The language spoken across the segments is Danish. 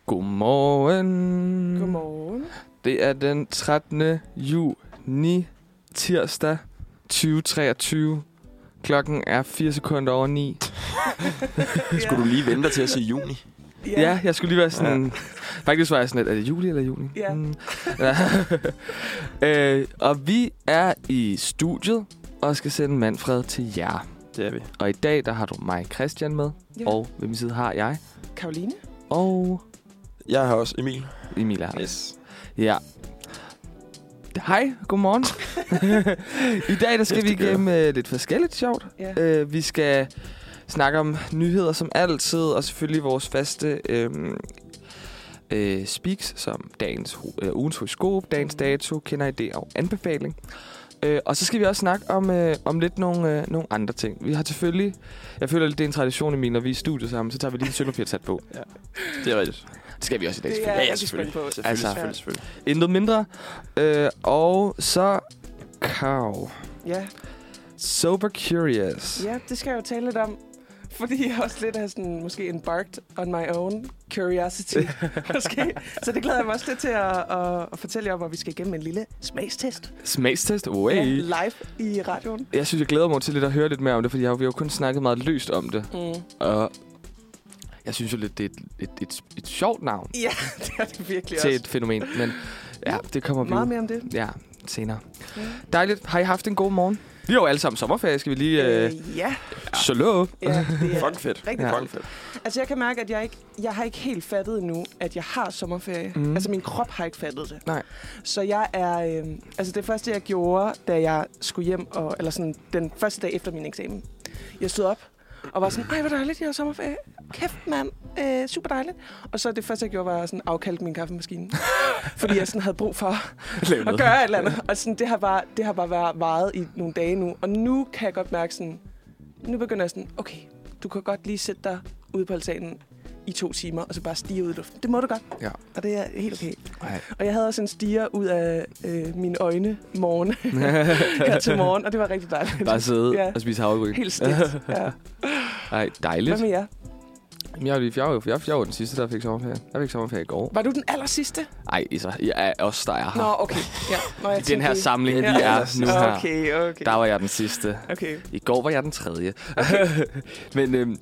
Godmorgen. Godmorgen. Det er den 13. juni, tirsdag 2023. Klokken er 4 sekunder over 9. Skulle du lige vente til at sige juni? Ja, jeg skulle lige være sådan... Faktisk var jeg sådan lidt, er det juli eller juni? Ja. Og vi er i studiet og skal sende Manfred til jer. Det er vi. Og i dag, der har du mig, Christian, med. Ja. Og ved min side har jeg. Karoline. Og Jeg har også Emil. Emil er her. Yes. Ja. Hej, godmorgen. I dag der skal vi igennem lidt forskelligt sjovt. Ja. Vi skal snakke om nyheder som altid, og selvfølgelig vores faste speaks, som dagens ugens horoskop, dagens dato, kender idé og anbefaling. Og så skal vi også snakke om lidt nogle andre ting. Vi har selvfølgelig, jeg føler lidt, det er en tradition, Emil, når vi er i studiet sammen, så tager vi lige en sølvpapir på. Ja, det er rigtigt. Det skal vi også i dag, Det selvfølgelig. er Ja, rigtig spændt på. Selvfølgelig. Intet mindre. Og så Kav. Ja. Sober Curious. Ja, det skal jeg jo tale lidt om. Fordi jeg også lidt har sådan, måske embarked on my own curiosity. Måske. Så det glæder jeg mig også lidt til at fortælle jer om, hvor vi skal igennem en lille smagstest. Smagstest? Ja, Way. live i radioen. Jeg synes, jeg glæder mig til lidt at høre lidt mere om det, fordi vi har jo kun snakket meget løst om det. Og jeg synes jo lidt, det er et sjovt navn Ja, det er det virkelig til også. et fænomen. Men ja, det kommer vi Meget jo. mere om det. Ja, senere. Dejligt. Har I haft en god morgen? Vi har jo alle sammen sommerferie. Skal vi lige... Ja. Shalom. Ja, det er Fucking fedt. rigtig Ja. Fucking fedt. Altså, jeg kan mærke, at jeg har ikke helt fattet endnu, at jeg har sommerferie. Mm. Altså, min krop har ikke fattet det. Nej. Så jeg er... altså, det første, jeg gjorde, da jeg skulle hjem, eller sådan den første dag efter min eksamen, jeg stod op og var sådan, ej, hvor dejligt, jeg har sommerferie. Kæft, mand. Super dejligt. Og så det første, jeg gjorde, var sådan afkalde min kaffemaskine. Fordi jeg sådan havde brug for at gøre et eller andet. Og sådan, det har bare været varet i nogle dage nu. Og nu kan jeg godt mærke sådan, nu begynder jeg sådan, okay, du kan godt lige sætte dig ude på altanen i 2 timer, og så bare stige ud i luften. Det må du godt. Ja. Og det er helt okay. Ej. Og jeg havde også en stiger ud af mine øjne morgen her til morgen, og det var rigtig dejligt. Bare sidde Ja. og spise havregryn. Helt stift. Ja. Ej, dejligt. Hvad med jer? Jamen, jeg var den sidste, der fik sommerferie. Jeg fik sommerferie i går. Var du den aller sidste? Ej, jeg er også der er her. Nå, okay. Ja. Nå, jeg I den her tænkte- samling, vi Ja. er nu her. Okay. Der var jeg den sidste. Okay. I går var jeg den tredje. Men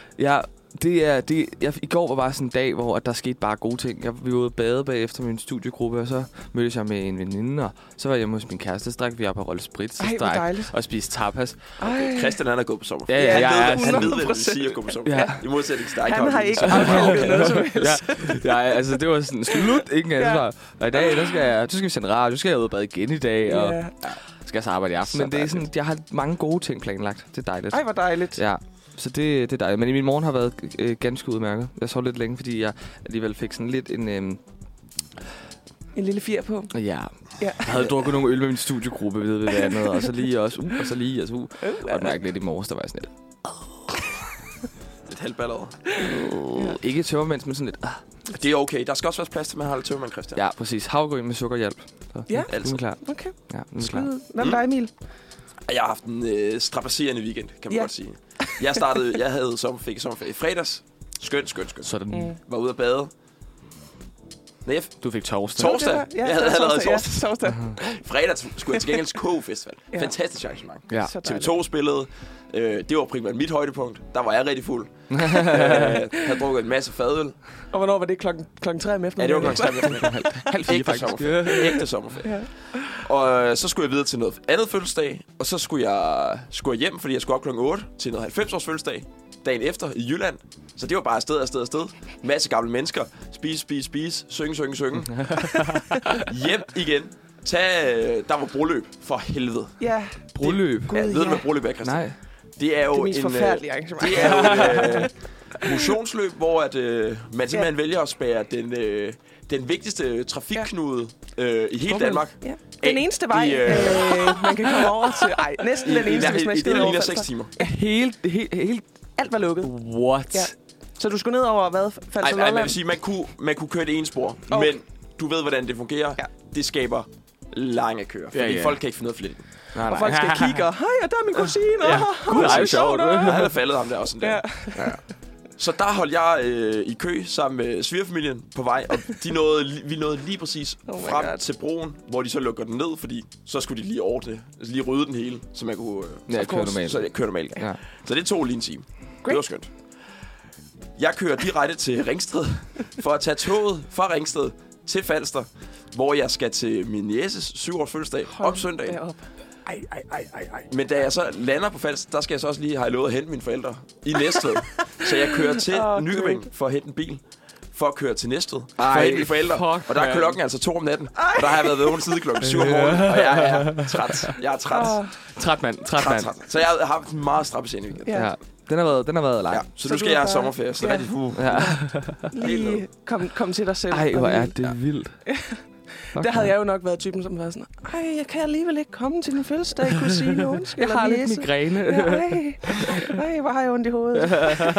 i går var bare sådan en dag, hvor at der skete bare gode ting. Vi var ude at bade bagefter min studiegruppe, og så mødtes jeg med en veninde, og så var jeg hjemme hos min kæreste, så drak vi op og rolle sprit, så Ej, hvor drak dejligt. og spiste tapas. Ej. Christian, han er gået på sommerferie. Ja, Ja, jeg er Han ved, hvad det vil 100%. sige at gå på sommerferie. I modsætning til dig, Han Karoline, har ikke så- afkalket noget som helst. Ja, altså det var sådan slut, ingen ansvar. Og i dag, så skal vi sende radio, så skal jeg ud og bade igen i dag, og Ja. skal jeg så arbejde i aften. Så Men det er sådan, jeg har mange gode ting planlagt. Det er dejligt. Ej, hvor dejligt. Ja, så det er dejligt. Men i min morgen har været ganske udmærket. Jeg sov lidt længe, fordi jeg alligevel fik sådan lidt en... En lille fjer på. Ja, Ja. jeg havde drukket nogle øl med min studiegruppe ved vandet, og så lige også, og så lige også, og mærke lidt i morges, der var jeg sådan Et halvt ballade. lidt, ikke tømmermænds, men sådan lidt, Det er okay. Der skal også være plads til, at man har lidt tøvmand, Christian. Ja, præcis. Havgryn med sukkerhjælp. Så, Ja. nu er vi klar. Okay. Ja, nu er vi klar. Skud. Hvad med dig, Emil? Jeg har haft en strapasserende weekend, kan man Ja. godt sige. Jeg havde sommerferie i fredags. Skønt. Sådan, Var ude at bade. Nej, du fik torsdag. torsdag. Ja, Jeg havde allerede ja, torsdag. torsdag. Fredag skulle jeg til gengæld til KO-festival. Ja. Fantastisk arrangement. Ja. Så dejligt. TV2 spillede. Det var primært mit højdepunkt. Der var jeg rigtig fuld. Havde drukket en masse fadøl. Og hvornår var det? Klokken 3 om Ja, eftermiddagen? det var klokken 3. Halv fire, Ægte faktisk. sommerferie. Ægte sommerferie. Ja. Og så skulle jeg videre til noget andet fødselsdag. Og så skulle jeg hjem, fordi jeg skulle op klokken 8 til noget 90-års fødselsdag. Dagen efter i Jylland. Så det var bare afsted. Masse gamle mennesker. Spise. Synge. Hjem igen. Der var broløb. For helvede. Ja. Broløb. Gud, Ja, ved du, ja. hvad broløb er, Christian? Nej. Det er jo Det mest forfærdelige arrangement. Det er jo motionsløb, hvor at, man simpelthen vælger at spærre den vigtigste trafikknude i hele Danmark. Ja. Den eneste vej, man kan komme over til. Ej, næsten den eneste, hvis man I skal det over ligner Falster. 6 timer. Helt... Alt var lukket. What? Ja. Så du skulle ned over hvad? Falster Ej, man vil Lolland? sige, man kunne køre det ene spor, Okay. men du ved, hvordan det fungerer. Ja. Det skaber lange køer, fordi Ja. folk kan ikke finde ud af fletten. Nej. Og folk skal kigge og, hej, og der er min kusine. Ja. Gud, det er jo sjovt. Han er faldet ham der også en dag. Ja. Så der holdt jeg i kø sammen med svigerfamilien på vej, og vi nåede lige præcis frem til broen, hvor de så lukker den ned, fordi så skulle de lige ordne, altså lige rydde den hele, så man kunne køre normalt. Så jeg kører normalt. Ja. Så det tog lige en time. Great. Det var skønt. Jeg kører direkte til Ringsted for at tage toget fra Ringsted til Falster, hvor jeg skal til min nieces 7-års fødselsdag om søndagen. Ej. Men da jeg så lander på Falster, der skal jeg så også lige have lovet at hente mine forældre i Næstved. Så jeg kører til Nykøbing for at hente en bil, for at køre til Næstved, for at hente mine forældre. Og der er klokken altså 2 om natten, og der har jeg været vågen siden klokken 7 om morgenen, og jeg er træt. Jeg er træt. Træt mand. Så jeg har haft en meget strappeserende weekend. Ja. Den har været lang. Ja, så nu skal jeg have sommerferie, så rigtig Lige kom til dig selv. Ej, hvor er det vildt. Der havde jeg jo nok været typen, som var sådan, ej, jeg kan alligevel ikke komme til din fødselsdag, kusine, undskyld. Jeg har lidt migræne. Ej, hvor har jeg ondt i hovedet.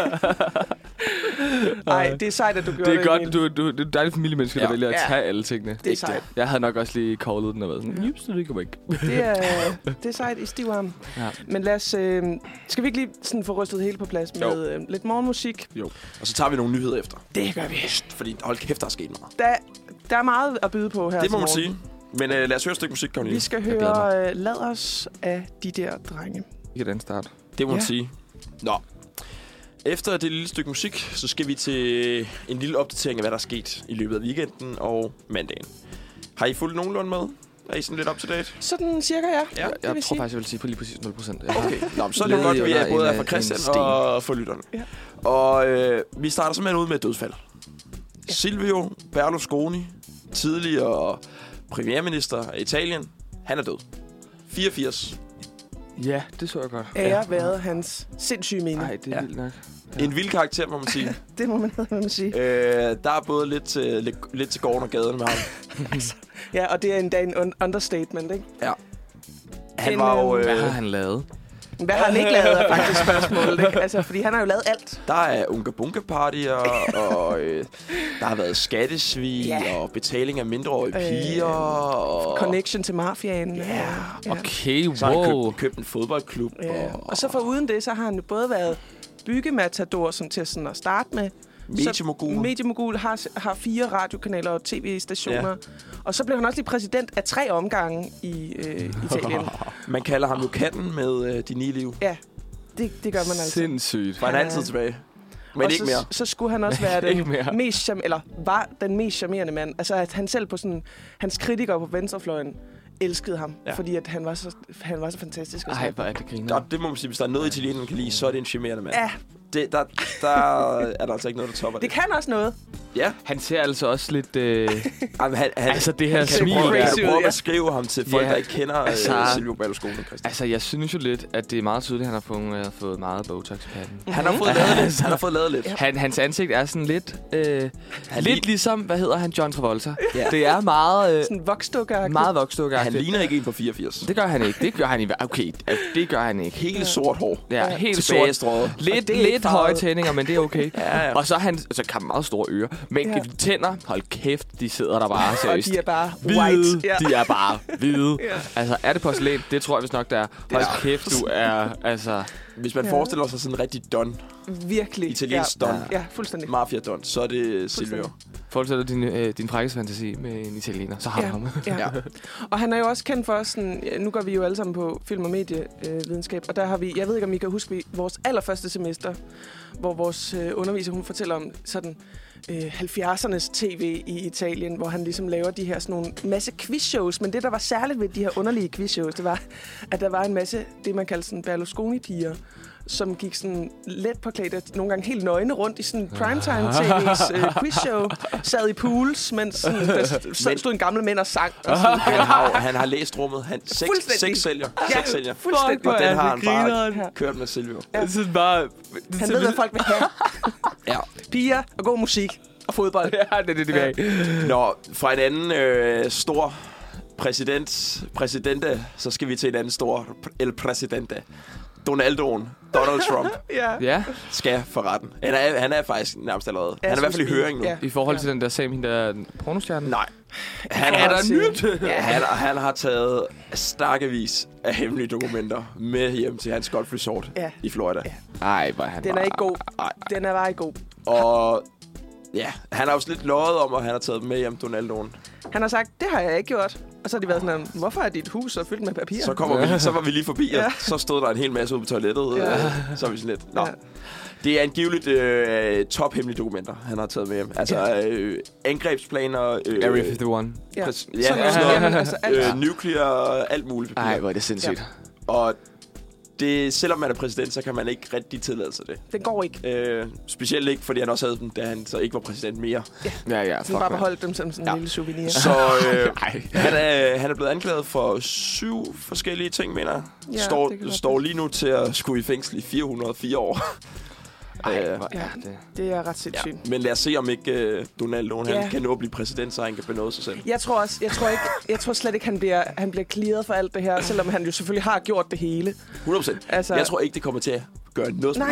Ej, det er sejt, at du gjorde det. Det er godt, du er et dejligt familiemenneske, der vælger at tage alle tingene. Det er sejt. Jeg havde nok også lige callet den og været sådan, så det kommer ikke. Det er sejt i stiv arm. Ja. Men lad os... skal vi ikke lige sådan få rystet hele på plads med lidt morgenmusik? Jo. Og så tager vi nogle nyheder efter. Det gør vi. Fordi hold kæft, der er sket meget. Der er meget at byde på her. Det må man sige. Men lad os høre et stykke musik, Karoline. Vi skal høre Lad os af de der drenge. Ikke den start. Det må man sige. Nå. Efter det lille stykke musik, så skal vi til en lille opdatering af, hvad der er sket i løbet af weekenden og mandagen. Har I fulgt nogenlunde med? Er I sådan lidt up to date? Sådan cirka, ja. Jeg tror faktisk, jeg vil sige på lige præcis 0%. Ja. Okay. Nå, så er det jo godt, at vi er både fra Christian og for lytterne. Ja. Og vi starter simpelthen ud med et dødsfald. Ja. Silvio Berlusconi, tidligere premierminister af Italien, han er død. 84. Ja, det så jeg godt. Ære været hans sindssyge mening. Nej, det er vildt nok. Ja. En vild karakter, må man sige. Det må man sige. Der er både lidt til gården og gaden med ham. Ja, og det er endda en understatement, ikke? Ja. Han var jo... Hvad har han lavet? Hvad har han ikke lavet, er faktisk spørgsmålet, ikke? Altså, fordi han har jo lavet alt. Der er Unga Bunga Partyer, og der har været skattesvig, og betaling af mindreårige piger, og... Connection til mafiaen. Ja. Okay, wow. Så har han købt en fodboldklub. Ja. Og så for uden det, så har han både været byggematador, som til sådan at starte med. Mediemogul har 4 radiokanaler og tv-stationer. Ja. Og så blev han også lige præsident af 3 omgange i Italien. Man kalder ham jo katten med de 9 liv. Ja, det gør man altså. Sindssygt. For han er altid tilbage. Men og ikke mere. Så skulle han også være den mest charmerende mand. Altså at han selv på sådan hans kritikere på venstrefløjen elskede ham, fordi at han var så fantastisk. Ej, hvor er det griner. Det må man sige, hvis der er noget italienerne kan lide, så er det en charmerende mand. Ja. Der er der altså ikke noget, der topper det. Det kan også noget. Ja. Han ser altså også lidt... altså det her smil der. Du prøver at beskrive ham til folk, der ikke kender Silvio Berlusconi. Altså, jeg synes jo lidt, at det er meget tydeligt, at han har fået meget Botox i panden. Han har fået lavet lidt. Hans ansigt er sådan lidt... lidt ligesom, hvad hedder han, John Travolta. Det er meget... sådan voksdukkeragtigt. Meget voksdukkeragtigt. Han ligner ikke en på 84. Det gør han ikke. Det gør han ikke. Helt sort hår. Ja, helt sort. Lidt høje tændinger, men det er okay. Ja. Og så har han kan meget store ører. Men tænder, hold kæft, de sidder der bare seriøst. Og de er bare white. Ja. De er bare hvide. Altså, er det porcelæn? Det tror jeg vist nok, der er. Hold kæft, du er, altså... Hvis man forestiller sig sådan en rigtig don. Virkelig. Italiensk don. Ja, fuldstændig. Mafia don. Så er det Silvio. Forestiller din frækkesfantasi med en italiener, så har du ham. Ja. Og han er jo også kendt for sådan... Nu går vi jo alle sammen på film- og medievidenskab, og der har vi... Jeg ved ikke, om I kan huske vores allerførste semester, hvor vores underviser, hun fortæller om sådan 70'ernes tv i Italien, hvor han ligesom laver de her sådan nogle masse quizshows. Men det, der var særligt ved de her underlige quizshows, det var, at der var en masse, det man kalder sådan Berlusconi-piger, som gik sådan let påklædt, nogle gange helt nøgne rundt i sådan primetime-tv's quizshow, sad i pools, mens der stod en gammel mænd og sang. Og han har læst rummet. Sex sælger. Fuldstændig. Og den har han bare kørt med Silvio. Ja. Han ved, hvad folk vil have. Ja. Piger og god musik og fodbold. Ja, det vil jeg. Nå, fra en anden stor præsidente, så skal vi til en anden stor El Presidente. Donaldoen, Donald Trump, Ja, skal for retten. Han er faktisk nærmest allerede. Han er i hvert fald i høring nu. Ja. i forhold til den der sag, hende der pornostjerne. Nej. Han Er der nyt? Han har taget stakkevis af hemmelige dokumenter med hjem til hans golfresort i Florida. Ja. Ej, hvor han Den er ikke god. Ej. Den er bare ikke god. Og ja, han har også lidt løjet om, at han har taget dem med hjem, Donaldoen. Han har sagt, det har jeg ikke gjort. Og så har de været sådan, hvorfor er dit hus så fyldt med papir? Så var vi lige forbi, og så stod der en hel masse ude på toilettet. Ja. Så var vi sådan lidt, nå. Ja. Det er angiveligt tophemmelige dokumenter, han har taget med hjem. Altså angrebsplaner... Area 51. Ja. Ja, Sådan sådan noget. noget. Jamen, altså, alt. Nuclear, alt muligt papir. Ej, hvor er det sindssygt. Og det, selvom man er præsident, så kan man ikke rigtig tillade sig det. Den går ikke. Specielt ikke, fordi han også havde dem, da han så ikke var præsident mere. Ja, Så bare beholdt dem som sådan en lille souvenir. Så han er blevet anklaget for 7 forskellige ting, mener jeg. Ja, det kan godt Står lige nu til at skulle i fængsel i 404 år. Ej, hvor Ja, er det. det er ret sindssygt. Ja. Men lad os se, om ikke Donald han kan nå at blive præsident, så han kan benåde sig selv. Jeg tror slet ikke, han bliver clearet for alt det her, selvom han jo selvfølgelig har gjort det hele. 100%. Altså, Jeg tror ikke, det kommer til at gøre noget. Nej.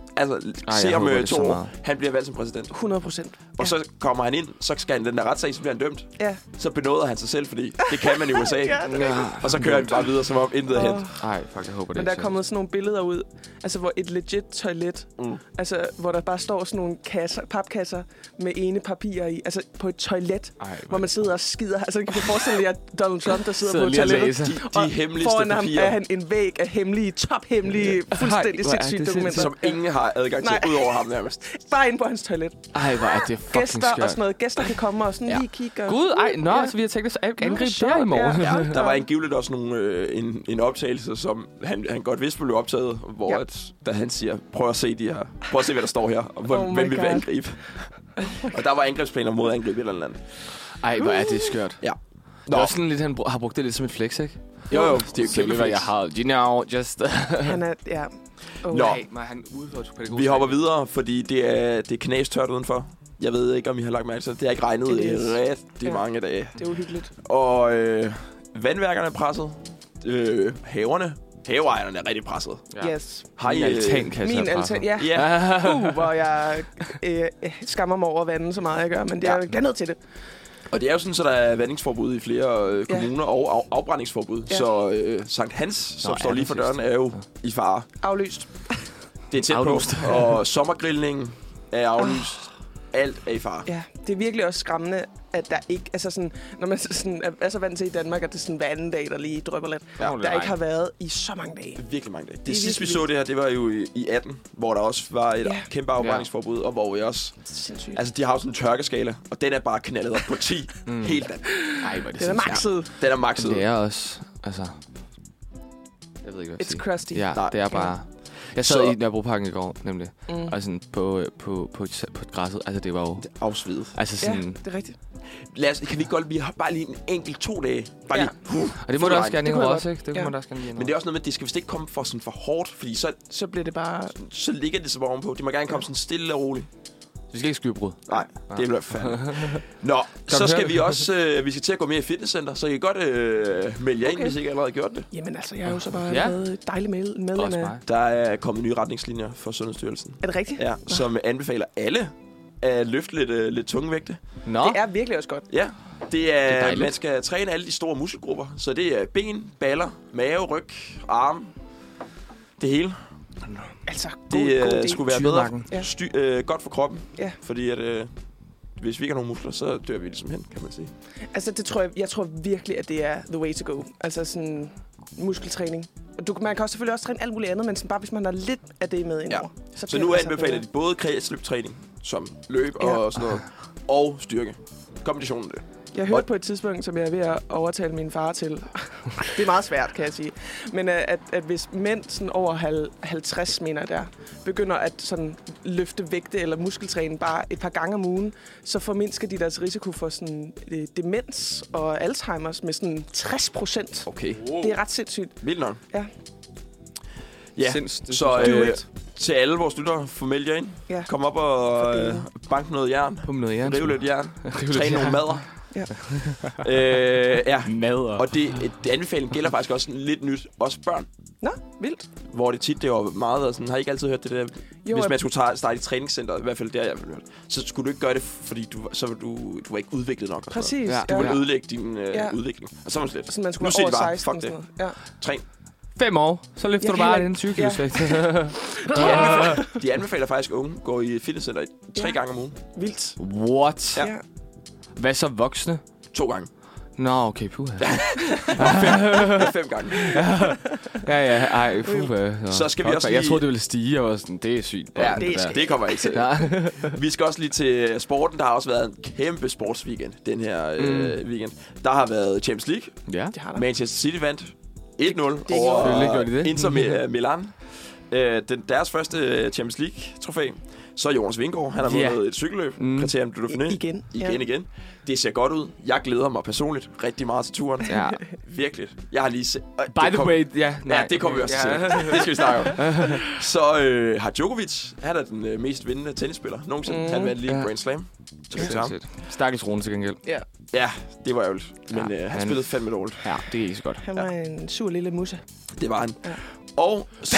Se om håber det 2 så år, meget. han bliver valgt som præsident. 100%. Og så kommer han ind, så skal han den der retssag, så bliver han dømt. Ja. Så benåder han sig selv, fordi det kan man i USA. Ja, det er Og så kører han bare videre, som om intet er hent. Ej, fuck, jeg håber det Men der er ikke. kommet sådan nogle billeder ud, altså hvor et legit toilet, altså hvor der bare står sådan nogle kasser, papkasser med ene papirer i, altså på et toilet, Ej, hvor man sidder og skider. Altså, kan du forestille jer Donald Trump, der sidder på lige og toilettet. læser. De hemmeligste foran ham papirer, er han en væg af hemmelige, tophemmelige, fuldstændig hvor er det sindssyge sindssygt. dokumenter. som ingen har adgang til, Nej. ud over ham nærmest. Bare inde på hans toilet. Ej, hvor er det fucking Gæster og skørt. sådan noget. Gæster kan komme og sådan lige kigge. Og... Gud, ej, nå, Ja. så vi har tænkt os at angribe sjovt, der i morgen. ja. Der var angiveligt også en optagelse, som han godt vidste blev optaget, hvor da han siger, prøv at se hvad der står her, og hvem vi vil angribe. Og der var angrebsplaner mod at angribe et eller andet. Ej, hvor er det skørt. Ja. Det er også sådan lidt, han har brugt det lidt som et flex, ikke? Jo, det er jo kæmpe hvad jeg har. You know, just... Han er, ja. Nå. Nej, men han udført pædagogisk. Vi hopper videre, fordi det er knastørt udenfor. Jeg ved ikke, om I har lagt mærke til det. Det har ikke regnet i rigtig mange dage. Det er uhyggeligt. Og vandværkerne er presset. Haveejerne er rigtig presset. Ja. Yes. Har I Min altankasse Min er presset. altan, ja. Ja, Hvor jeg skammer mig over vandet så meget, jeg gør. Men det er jeg nødt til det. og det er jo sådan, så der er vandingsforbud i flere kommuner og afbrændingsforbud. Ja. Så Sankt Hans, som står lige for døren, er jo i fare. Aflyst. Det er tæt Aflyst. på, og sommergrillningen er aflyst. Alt er i fare. Ja, det er virkelig også skræmmende, at der ikke... Altså sådan, når man sådan er så vant til i Danmark, at det er sådan hver anden dag, der lige drypper lidt. Ja. Der ikke har været i så mange dage. Det er virkelig mange dage. er Det sidste, vi virkelig så det her, det var jo i 18, hvor der også var et kæmpe afbrændingsforbud, og hvor vi også... Sindssygt. Altså, de har jo sådan en tørkeskala, og den er bare knaldet op på 10. Helt den. Ej, hvor er det Det er sindssygt. makset. Den er makset. Det er også, altså... Jeg ved ikke, hvad jeg It's siger. crusty. Ja, Nej. det er bare... Jeg sad i Nørrebroparken i går, nemlig. Og sådan på et græsset. Altså, det var jo... Afsvidet. Altså Ja, sådan... det er rigtigt. Kan vi godt... Vi har bare lige en enkelt 2 dage. Bare lige... Og det må du også gerne Det i kunne jeg også, ikke? Det Ja. må du også gerne lige Men det er også noget med, at det skal vist ikke komme for sådan for hårdt, fordi Så bliver det bare... så ligger det så ovenpå. De må gerne komme sådan stille og roligt. Vi skal ikke skydebrud. Nej, det bliver fandme. Nå, så skal vi også... vi skal til at gå mere i fitnesscenter, så I kan godt melde jer ind, hvis I ikke allerede har gjort det. Jamen altså, jeg er jo så bare Ja. et dejligt medlem Også af... mig. Der er kommet nye retningslinjer for Sundhedsstyrelsen. Er det rigtigt? Ja, som anbefaler alle at løfte lidt tunge vægte. Nå, Det er virkelig også godt. Ja, det er dejligt. man skal træne alle de store muskelgrupper. Så det er ben, baller, mave, ryg, arme. Det hele. Altså, god Det idé. skulle være bedre. Tyremarken. Ja. Godt for kroppen. Ja. Fordi at, hvis vi ikke har nogen muskler, så dør vi ligesom hen, kan man sige. Altså, det tror jeg tror virkelig, at det er the way to go. Altså sådan muskeltræning. Og man kan selvfølgelig også træne alt muligt andet, men sådan bare hvis man har lidt af det med indover. Så bliver nu det altså anbefaler bedre. de både kredsløbtræning, som løb Ja. og sådan noget, og styrke. Kombinationen af det. Jeg hørte på et tidspunkt, som jeg er ved at overtale min far til. Det er meget svært, kan jeg sige. Men at hvis mænd sådan over 50, mener jeg der, begynder at sådan løfte vægte eller muskeltræne bare et par gange om ugen, så formindsker de deres risiko for sådan demens og Alzheimer's med sådan 60%. Okay. Det er ret sindssygt. Vildt nok. Ja. Ja, Sindssygt. så Do it. til alle vores lyttere, få meldt jer ind. Ja. Kom op og Fordele. bank noget jern. På noget jern. Riv lidt jern. Træn nogle madder. Ja. Madder. Og det anbefaling gælder faktisk også sådan lidt nyt. Også børn. Nå, vildt. Hvor det var meget og sådan. Har I ikke altid hørt det der? Jo, Hvis man skulle starte i træningscenter, i hvert fald det har jeg hørt, så skulle du ikke gøre det, fordi du var ikke udviklet nok. Og Præcis. Ja. du ville ødelægge din udvikling. Og så var det slet. Så man skulle Nu være siger over de bare, 16. fuck det. Sådan noget. Ja. Træn. 5 år, så løfter Jeg du kan bare heller den cykelvægt. De anbefaler faktisk unge gå i fitnesscenter 3 gange om ugen. Vildt. What? Ja. Ja. Hvad så voksne? 2 gange. Nå, okay, puha. 5 gange. Ja, ej, puha. Så skal vi også Jeg lige- troede, det ville stige. Jeg var sådan, det er sygt. Ja, der. det kommer ikke til. Ja. Vi skal også lige til sporten. Der har også været en kæmpe sportsweekend den her weekend. Der har været Champions League. Ja. Det har der. Manchester City vandt 1-0 Selvfølgelig over gjorde de det. Inter Milan. Deres første Champions League-trofæ. Så Jonas Vingegaard, han har vundet et cykelløb. Kriterium du Dauphiné. Igen. Det ser godt ud. Jeg glæder mig personligt rigtig meget til turen. Ja. Virkelig. Jeg har lige set... By the way, ja. Ja, det kommer vi også til. Det skal vi snakke om. Så har Djokovic, han er den mest vindende tennisspiller nogensinde. Han vandt lige en Grand Slam. Stakkels Rune til gengæld. Ja. Ja, det var ærgerligt. Men han spillede fandme dårligt. Ja, det er ikke så godt. Han var en sur lille musse. Det var han. Ja. Og så...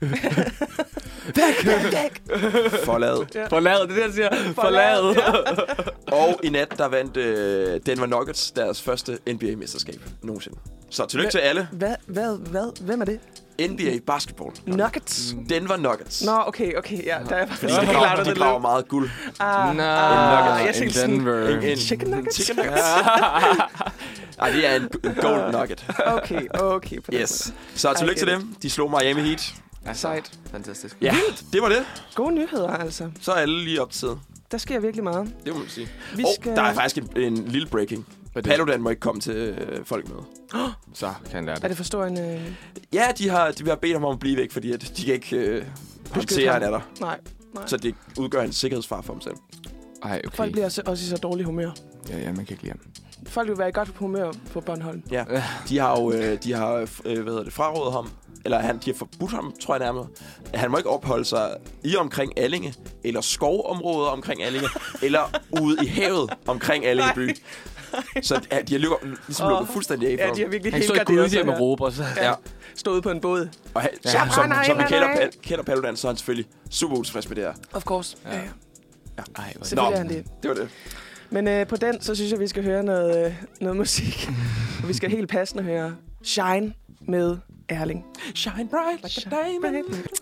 Væk! Forladet. Ja. Forladet, det der siger. Forladet. Og i nat, der vandt Denver Nuggets deres første NBA-mesterskab nogensinde. Så tillykke til alle. Hvad? Hvem er det? NBA basketball. Nuggets? Denver Nuggets. Nå, okay. Ja, der er Fordi de graver meget guld. Jeg tænkte sådan... Denver. Chicken nuggets? Chicken nuggets. Ej, det er en gold nugget. Okay. På den Yes. Så tillykke til dem. De slog Miami Heat. Sejt. Fantastisk. Ja, det var det. Gode nyheder, altså. Så er alle lige op til side. Der sker virkelig meget. Det må man sige. Skal... Der er faktisk en lille breaking. Paludan må ikke komme til Folkemødet. Så kan han lære Er det. det for stor en... Ja, de har bedt ham om at blive væk, fordi at de kan ikke håndtere, han er der. Nej. Så det udgør en sikkerhedsfar for ham selv. Ej, okay. Folk bliver også i så dårlig humør. Ja, man kan ikke lide ham. Folk vil være i godt humør på Bornholm. Ja, de har jo frarådet ham, eller de har forbudt ham, tror jeg nærmere. Han må ikke opholde sig i omkring Allinge, eller skovområder omkring Allinge, eller ude i havet omkring Allinge by. Så de har lukket fuldstændig af for Ja, de har virkelig han helt stod i garderet sig Gudhjem og her. råber, så... Ja. Stået på en båd. Og som man kender Paludan, så er han selvfølgelig super utilfreds med det her. Of course. Ja. Ej, hvor Selvfølgelig er han det. Det var det. Men på den, så synes jeg, vi skal høre noget musik. Og vi skal helt passende høre Shine med Erling. Shine bright like a diamond.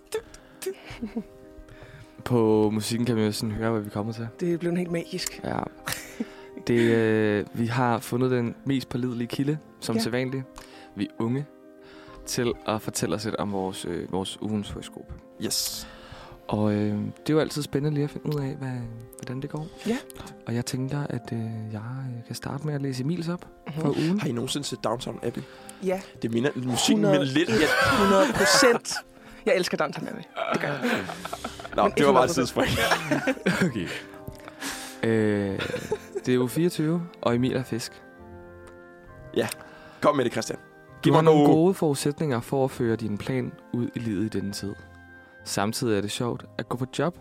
På musikken kan vi jo sådan høre, hvad vi kommer til. Det er blevet helt magisk. Ja. Vi har fundet den mest pålidelige kilde, som sædvanligt. Vi er unge til at fortælle os lidt om vores ugens horoskop. Yes. Og det er jo altid spændende lige at finde ud af, hvordan det går. Ja. Og jeg tænker, at jeg kan starte med at læse Emils op for ugen. Har I nogensinde set Downton Abbey? Ja. Det minder musikken minder lidt. 100%. Jeg elsker Downton Abbey. Det gør jeg. Nå, det var bare et sidespring. Okay. Det er jo 24, og Emil er fisk. Ja, kom med det, Christian. Du har nogle gode forudsætninger for at føre din plan ud i livet i denne tid. Samtidig er det sjovt at gå på job,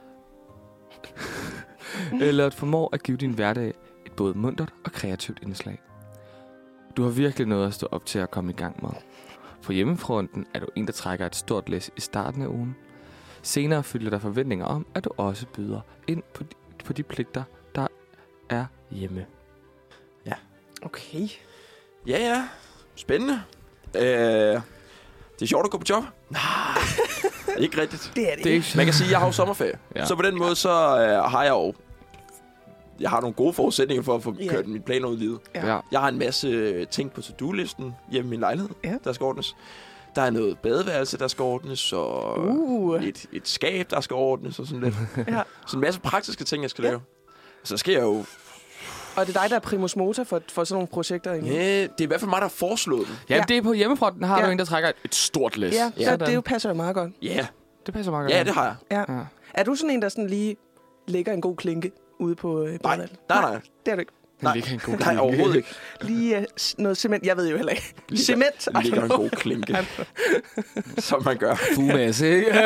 eller at formå at give din hverdag et både muntert og kreativt indslag. Du har virkelig noget at stå op til at komme i gang med. På hjemmefronten er du en, der trækker et stort læs i starten af ugen. Senere følger der forventninger om, at du også byder ind på de pligter, der er hjemme. Ja. Okay. Ja. Spændende. Det er sjovt at gå på job. Nej, ikke rigtigt. Det er det ikke. Man kan sige, at jeg har jo sommerferie. Ja. Så på den måde, så har jeg jo... Jeg har nogle gode forudsætninger for at få kørt mine planer ud i livet. Ja. Jeg har en masse ting på to-do-listen hjemme i min lejlighed, der skal ordnes. Der er noget badeværelse, der skal ordnes, og et skab, der skal ordnes, og sådan lidt. Så en masse praktiske ting, jeg skal lave. Så skal jeg jo... Og det er dig, der er primus motor for sådan nogle projekter, ikke? Ja, det er i hvert fald mig, der har foreslået den. Ja, det er på hjemmefronten, har du en, der trækker et stort læs. Ja, det passer jo meget godt. Ja. Det passer meget godt. Ja, det har jeg. Ja. Er du sådan en, der sådan lige lægger en god klinke ude på badet? Nej. Det er du ikke. Nej, overhovedet ikke. Lige noget cement. Jeg ved jo heller ikke. Cement. Ligger en god klinke. Som man gør. Fumasse, ikke?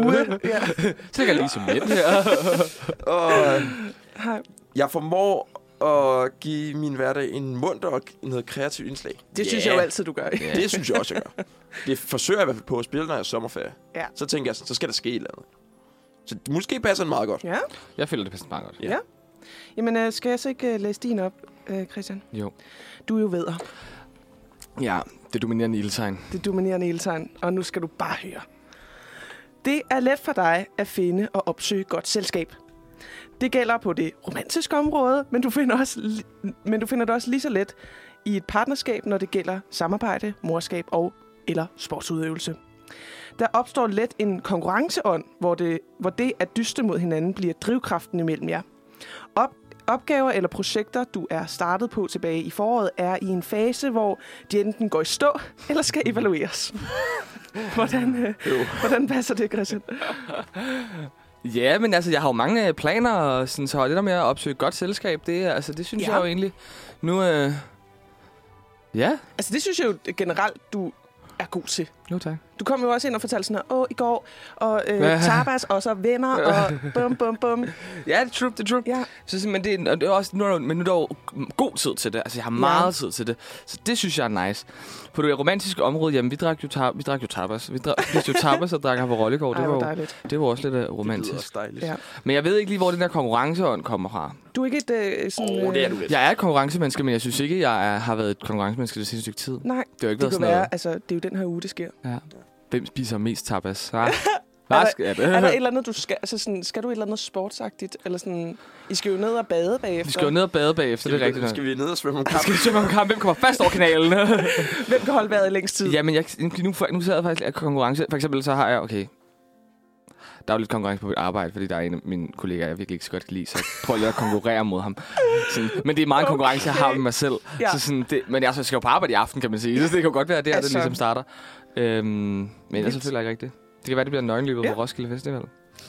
Ja. Så ligger lige cement her. Jeg formår at give min hverdag en munter og noget kreativt indslag. Det synes jeg jo altid, du gør. Ja. Det synes jeg også, jeg gør. Det forsøger jeg i hvert fald på at spille, når jeg er sommerferie. Ja. Så tænker jeg, så skal der ske et eller andet. Så måske passer den meget godt. Ja. Jeg føler, det passer meget godt. Ja. Jamen, skal jeg så ikke læse din op, Christian? Jo. Du er jo ved. Ja, det dominerende ildtegn. Det dominerende ildtegn, og nu skal du bare høre. Det er let for dig at finde og opsøge godt selskab. Det gælder på det romantiske område, men du finder det også lige så let i et partnerskab, når det gælder samarbejde, morskab og eller sportsudøvelse. Der opstår let en konkurrenceånd, hvor det at dyste mod hinanden bliver drivkraften imellem jer. Opgaver eller projekter, du er startet på tilbage i foråret, er i en fase, hvor de enten går i stå eller skal evalueres. Hvordan passer det, Christian? Ja, men altså, jeg har jo mange planer, og sådan, så det der med at opsøge godt selskab, det synes jeg jo egentlig. Nu, ja. Altså, det synes jeg jo generelt, du er god til. Jo, tak. Du kom jo også ind og fortalte sådan her, i går, og tapas, og så venner, og bum, bum, bum. Ja, det er true. Ja. Så, men det er også, nu er der jo god tid til det. Altså, jeg har meget tid til det. Så det synes jeg er nice. På det romantiske område, jamen, vi drak jo tapas. Vi spiste jo tapas og drak Aperol i går. Det var også lidt romantisk. Det lyder også dejligt. Ja. Men jeg ved ikke lige, hvor den der konkurrenceånd kommer fra. Du er ikke et sådan... det er du lidt. Jeg er et konkurrencemenneske, men jeg synes ikke, jeg har været et konkurrencemenneske det sidste stykke tid. Nej, Det har ikke det været kan sådan være, altså, det er jo den her uge, det sker. noget. Ja. Hvem spiser mest tapas? Er der et eller andet, du skal... Altså, sådan, skal du et eller andet sportsagtigt? Eller sådan... I skal jo ned og bade bagefter. Vi skal jo ned og bade bagefter, det er rigtigt. Skal vi ned og svømme om kamp? Skal vi svømme om kamp? Hvem kommer først over kanalen? Hvem kan holde vejret i længst tid? Jamen, nu sidder jeg faktisk af konkurrence. For eksempel så har jeg, okay... Der er jo lidt konkurrence på mit arbejde, fordi der er en af mine kollegaer, jeg virkelig ikke så godt kan lide, så jeg prøver lidt at konkurrere mod ham. Sådan, men det er meget en konkurrence, jeg har med mig selv. Ja. Så sådan, men jeg skal jo på arbejde i aften, kan man sige. Så det kan jo godt være, det Altså. den ligesom starter. Men jeg selvfølgelig ikke rigtigt. Det kan være, det bliver nøgenløbet på Roskilde Festival.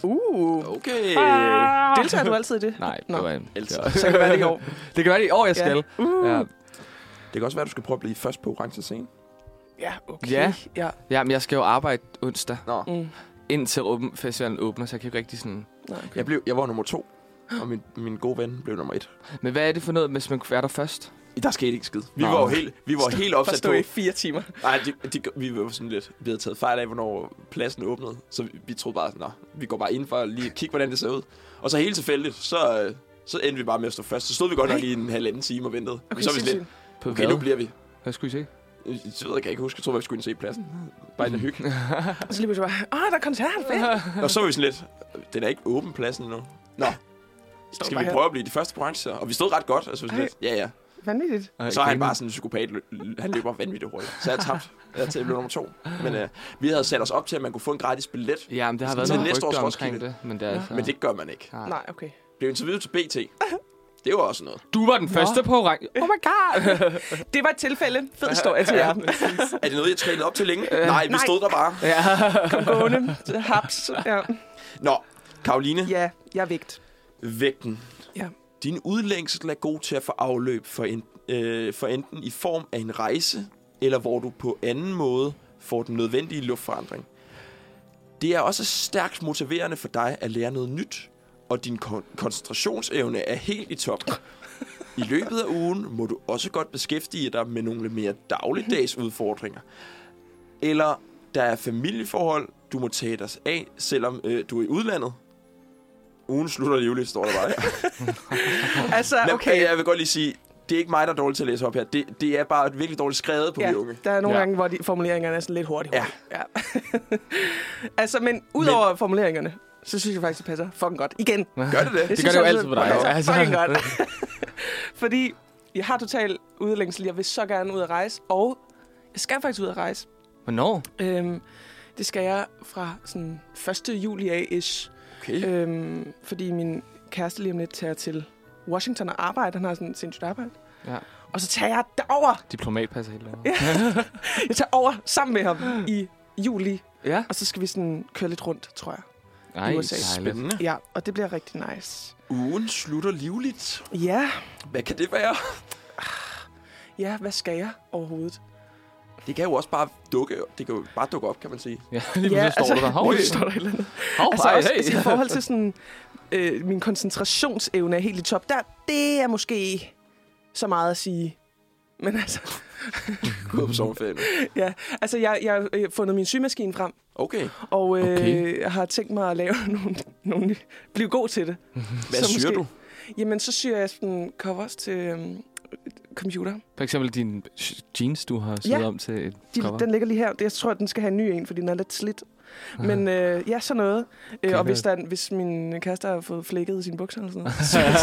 Okay. Deltager du altid i det? Nej, Nå. det var Så kan det være det i år. Det kan være det i år, jeg skal. Ja. Det kan også være, du skal prøve at blive først på orange scene. Ja, okay. Ja. Ja, men jeg skal jo arbejde onsdag, Nå. indtil festivalen åbner, så jeg kan jo ikke rigtig sådan... Nej, okay. Jeg var nummer 2, og min gode ven blev nummer 1. Men hvad er det for noget, hvis man er der først? Der skete ikke skid. Vi var helt opsat Forstå på... i 4 timer. Nej, vi var sådan lidt... Vi havde taget fejl af, hvornår pladsen åbnede. Så vi troede bare, vi går bare ind for at lige kigge, hvordan det ser ud. Og så helt tilfældigt, så endte vi bare med at stå først. Så stod vi godt nok i en halvanden time og ventede. Okay, så var vi sådan lidt, På okay, nu bliver vi. Hvad skulle I se? Så ved jeg ikke huske. Jeg tror, vi skulle ind og se pladsen. Bare en hygge. Og så lige pludselig bare, der er koncert, fedt. Og så var vi sådan lidt, den er ikke åben pladsen endnu. Nå, skal vi prøve at blive de første på orange? Og vi stod ret godt. Altså, sådan lidt, ja. Vanvittigt. Så er han bare sådan en psykopat. Han løber vanvittigt hurtigt. Så jeg tabte. Jeg blev nummer 2. Men vi havde sat os op til, at man kunne få en gratis billet. Ja, men det har været Til nogle næste års rygter omkring Roskilde. det. Men det, er altså... Men det gør man ikke. Nej, okay. Blev interviewet til BT. Det var også noget. Du var den første på orange. Oh my god! Det var et tilfælde. Fed historie til jer. Er det noget, jeg trænede op til længe? Nej, vi stod der bare. Kom gående. Haps. Ja. Nå, Karoline. Ja, jeg er vægt. Vægten. Ja. Din udlængsel er god til at få afløb for enten i form af en rejse, eller hvor du på anden måde får den nødvendige luftforandring. Det er også stærkt motiverende for dig at lære noget nyt, og din koncentrationsevne er helt i top. I løbet af ugen må du også godt beskæftige dig med nogle mere dagligdags udfordringer. Eller der er familieforhold, du må tage dig af, selvom du er i udlandet. Ugen slutter livligt, står der bare her. Altså, Men, okay. jeg vil godt lige sige, det er ikke mig, der er dårlig til at læse op her. Det er bare virkelig dårligt skrevet på de unge. Der er nogle gange, hvor de formuleringerne er sådan lidt hurtigt. Ja. Altså, men udover formuleringerne, så synes jeg faktisk, det passer fucking godt. Igen. Gør det det? Det gør det jo altid på dig. Altså. Fucking godt. Fordi jeg har totalt udlængsel. Jeg vil så gerne ud at rejse. Og jeg skal faktisk ud at rejse. Hvornår? Det skal jeg fra sådan 1. juli af-ish. Okay. Fordi min kæreste lige om lidt tager til Washington og arbejde. Han har sådan et sindssygt arbejde. Ja. Og så tager jeg derover. Diplomat passer helt over. Jeg tager over sammen med ham i juli. Ja. Og så skal vi sådan køre lidt rundt, tror jeg. Ej, USA. Spændende. Ja, og det bliver rigtig nice. Ugen slutter livligt. Ja. Hvad kan det være? Ja, hvad skal jeg overhovedet? det kan jo også bare dukke op, kan man sige. Ja, lige pludselig står du der. Lige står der et eller andet. Altså, i forhold til sådan, min koncentrationsevne er helt i top. Det er måske så meget at sige. Men altså... Gået på sommerferien. Ja, altså jeg har fundet min symaskine frem. Okay. Og jeg har tænkt mig at lave nogle blive god til det. Hvad syr du? Jamen, så syr jeg sådan covers til computer. For eksempel din jeans, du har syet om til et cover. Den ligger lige her. Jeg tror, at den skal have en ny en, fordi den er lidt slidt. Men ja, sådan noget. Og hvis min kæreste har fået flækket sine bukser eller sådan noget,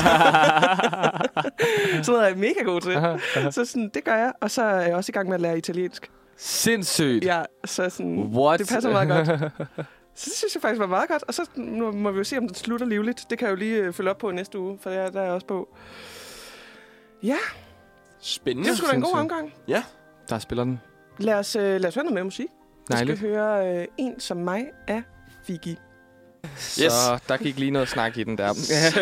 så noget er jeg mega god til. Så sådan, det gør jeg. Og så er jeg også i gang med at lære italiensk. Sindssygt! Ja, så sådan, What? det passer meget godt. Så det synes jeg faktisk var meget godt. Og så må vi jo se, om det slutter livligt. Det kan jeg jo lige følge op på næste uge, for der er jeg også på. Ja. Spændende. Det er sgu da en god omgang. Ja. Der spiller den. Lad os høre noget med musik. Vi skal høre En som mig af Figi. Så der gik lige noget snak i den der.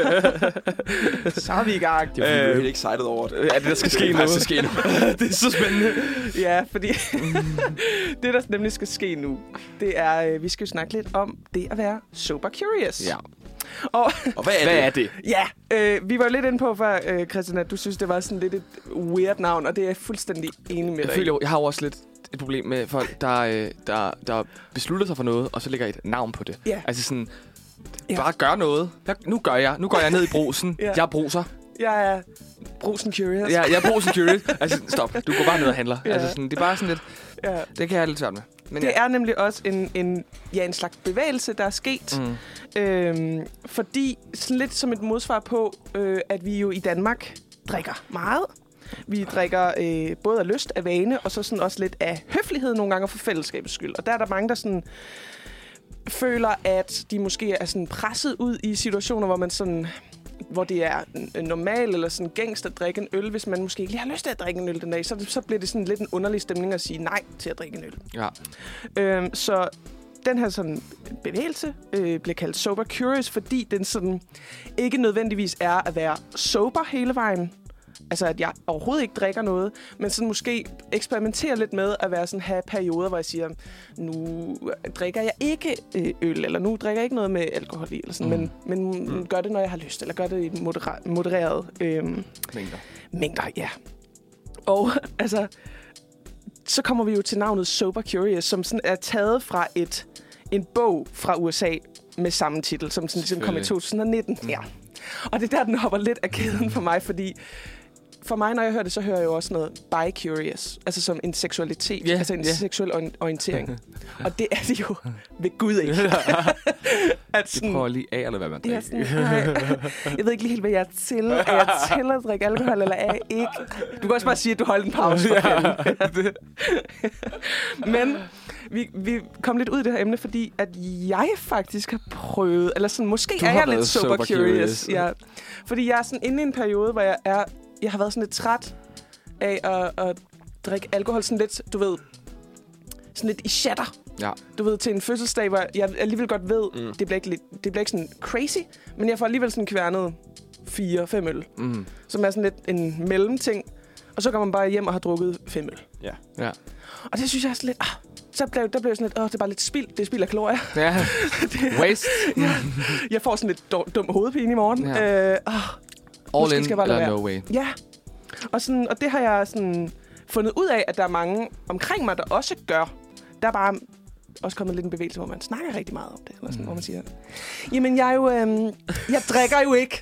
Så er vi i gang. Jeg er helt excited over det. Ja, det der skal ske nu. Det er så spændende. Ja, fordi det, der nemlig skal ske nu, det er, vi skal jo snakke lidt om det at være sober curious. Ja. Og hvad er det? Ja, vi var lidt inde på før, Christian, at du synes, det var sådan lidt et weird navn, og det er jeg fuldstændig enig med dig. Jeg har jo også lidt et problem med folk, der beslutter sig for noget, og så lægger et navn på det. Ja. Altså sådan, bare gør noget. Nu går jeg ned i brusen. Ja. Jeg er bruser. Jeg er brusen curious. Ja, jeg er brusen curious. Altså, stop. Du går bare ned og handler. Ja. Altså sådan, det er bare sådan lidt... Ja. Det kan jeg have lidt svært med. Men det er nemlig også en slags bevægelse, der er sket. Fordi sådan lidt som et modsvar på, at vi jo i Danmark drikker meget. Vi drikker både af lyst, af vane, og så sådan også lidt af høflighed nogle gange for fællesskabets skyld. Og der er der mange, der sådan føler, at de måske er sådan presset ud i situationer, hvor man sådan... hvor det er normalt eller sådan gængst at drikke en øl, hvis man måske ikke lige har lyst til at drikke en øl den dag, så bliver det sådan lidt en underlig stemning at sige nej til at drikke en øl. Ja. Så den her sådan bevægelse bliver kaldt sober curious, fordi den sådan ikke nødvendigvis er at være sober hele vejen. Altså, at jeg overhovedet ikke drikker noget, men sådan måske eksperimentere lidt med at være sådan, have perioder, hvor jeg siger, nu drikker jeg ikke øl, eller nu drikker jeg ikke noget med alkohol i, eller sådan, men gør det, når jeg har lyst, eller gør det i modereret mængder, ja. Og altså, så kommer vi jo til navnet Sober Curious, som sådan er taget fra en bog fra USA med samme titel, som sådan ligesom kom i 2019. Ja. Og det er der, den hopper lidt af kæden for mig, fordi for mig, når jeg hører det, så hører jeg jo også noget bi-curious, altså som en seksualitet, altså en seksuel orientering. Og det er det jo ved Gud ikke. At sådan, prøver lige af, eller hvad man drikker. Jeg ved ikke lige helt, hvad jeg er til. Er jeg til at drikke alkohol, eller er jeg ikke? Du kan også bare sige, at du holdt en pause for Men vi kom lidt ud i det her emne, fordi at jeg faktisk har prøvet, eller sådan, måske er jeg lidt sober curious. Ja, fordi jeg er sådan inde i en periode, hvor jeg har været sådan lidt træt af at drikke alkohol, sådan lidt, du ved, sådan lidt i shatter. Ja. Du ved, til en fødselsdag, hvor jeg alligevel godt ved, det bliver ikke sådan crazy, men jeg får alligevel sådan kværnet 4-5 øl, som er sådan lidt en mellemting, og så kommer man bare hjem og har drukket 5 øl. Ja. Og det synes jeg er sådan lidt, så blev jeg sådan lidt, det er bare lidt spild, det er spild af kalorier. Ja, waste. Ja. Jeg får sådan lidt dum hovedpine i morgen. Ja. All in eller no way. Ja, og det har jeg sådan fundet ud af, at der er mange omkring mig, der også gør. Der er bare også kommet lidt en bevægelse, hvor man snakker rigtig meget om det. Eller sådan, hvor man siger, jamen jeg er jo, jeg drikker jo ikke.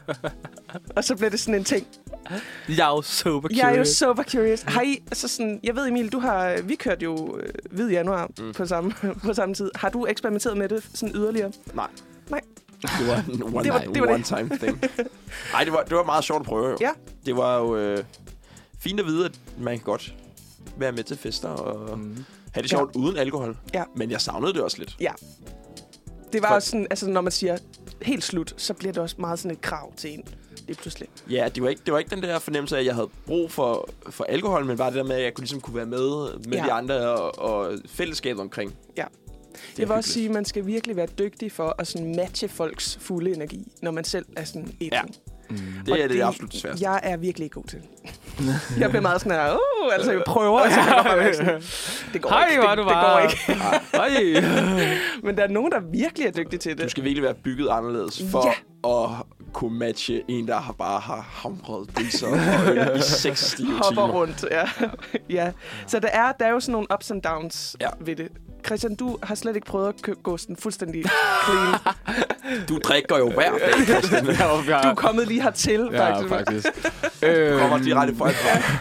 Og så bliver det sådan en ting. Jeg er jo sober curious. Jeg er jo sober curious. Har I, altså sådan, jeg ved Emil, vi kørte jo hvid januar på samme tid. Har du eksperimenteret med det sådan yderligere? Nej. Det var en one-time thing. Nej, det var meget sjovt at prøve jo. Ja. Det var jo fint at vide, at man kan godt være med til fester og have det sjovt uden alkohol. Ja. Men jeg savnede det også lidt. Ja. Det var også sådan, altså når man siger helt slut, så bliver det også meget sådan et krav til en. Lige pludselig. Ja, det var ikke den der fornemmelse af, at jeg havde brug for alkohol, men bare det der med, at jeg kunne være med de andre og fællesskabet omkring. Ja. Jeg vil også sige, at man skal virkelig være dygtig for at sådan matche folks fulde energi, når man selv er sådan et. Ja. Det er absolut svært. Jeg er virkelig god til. Jeg bliver meget sådan her, altså jeg prøver, og så kan jeg bare være sådan, det går Hej, ikke. hvor er du Det går ikke. Hej. Men der er nogen, der virkelig er dygtige til Du det. skal virkelig være bygget anderledes for at kunne matche en, der bare har hamret briser og øl i 6 stive Hopper timer. rundt, ja. Så der er jo sådan nogle ups and downs ved det. Christian, du har slet ikke prøvet at gå sådan fuldstændig clean. Du drikker jo hver dag, Christian. Du er kommet lige hertil, Ja, faktisk. Du kommer direkte fra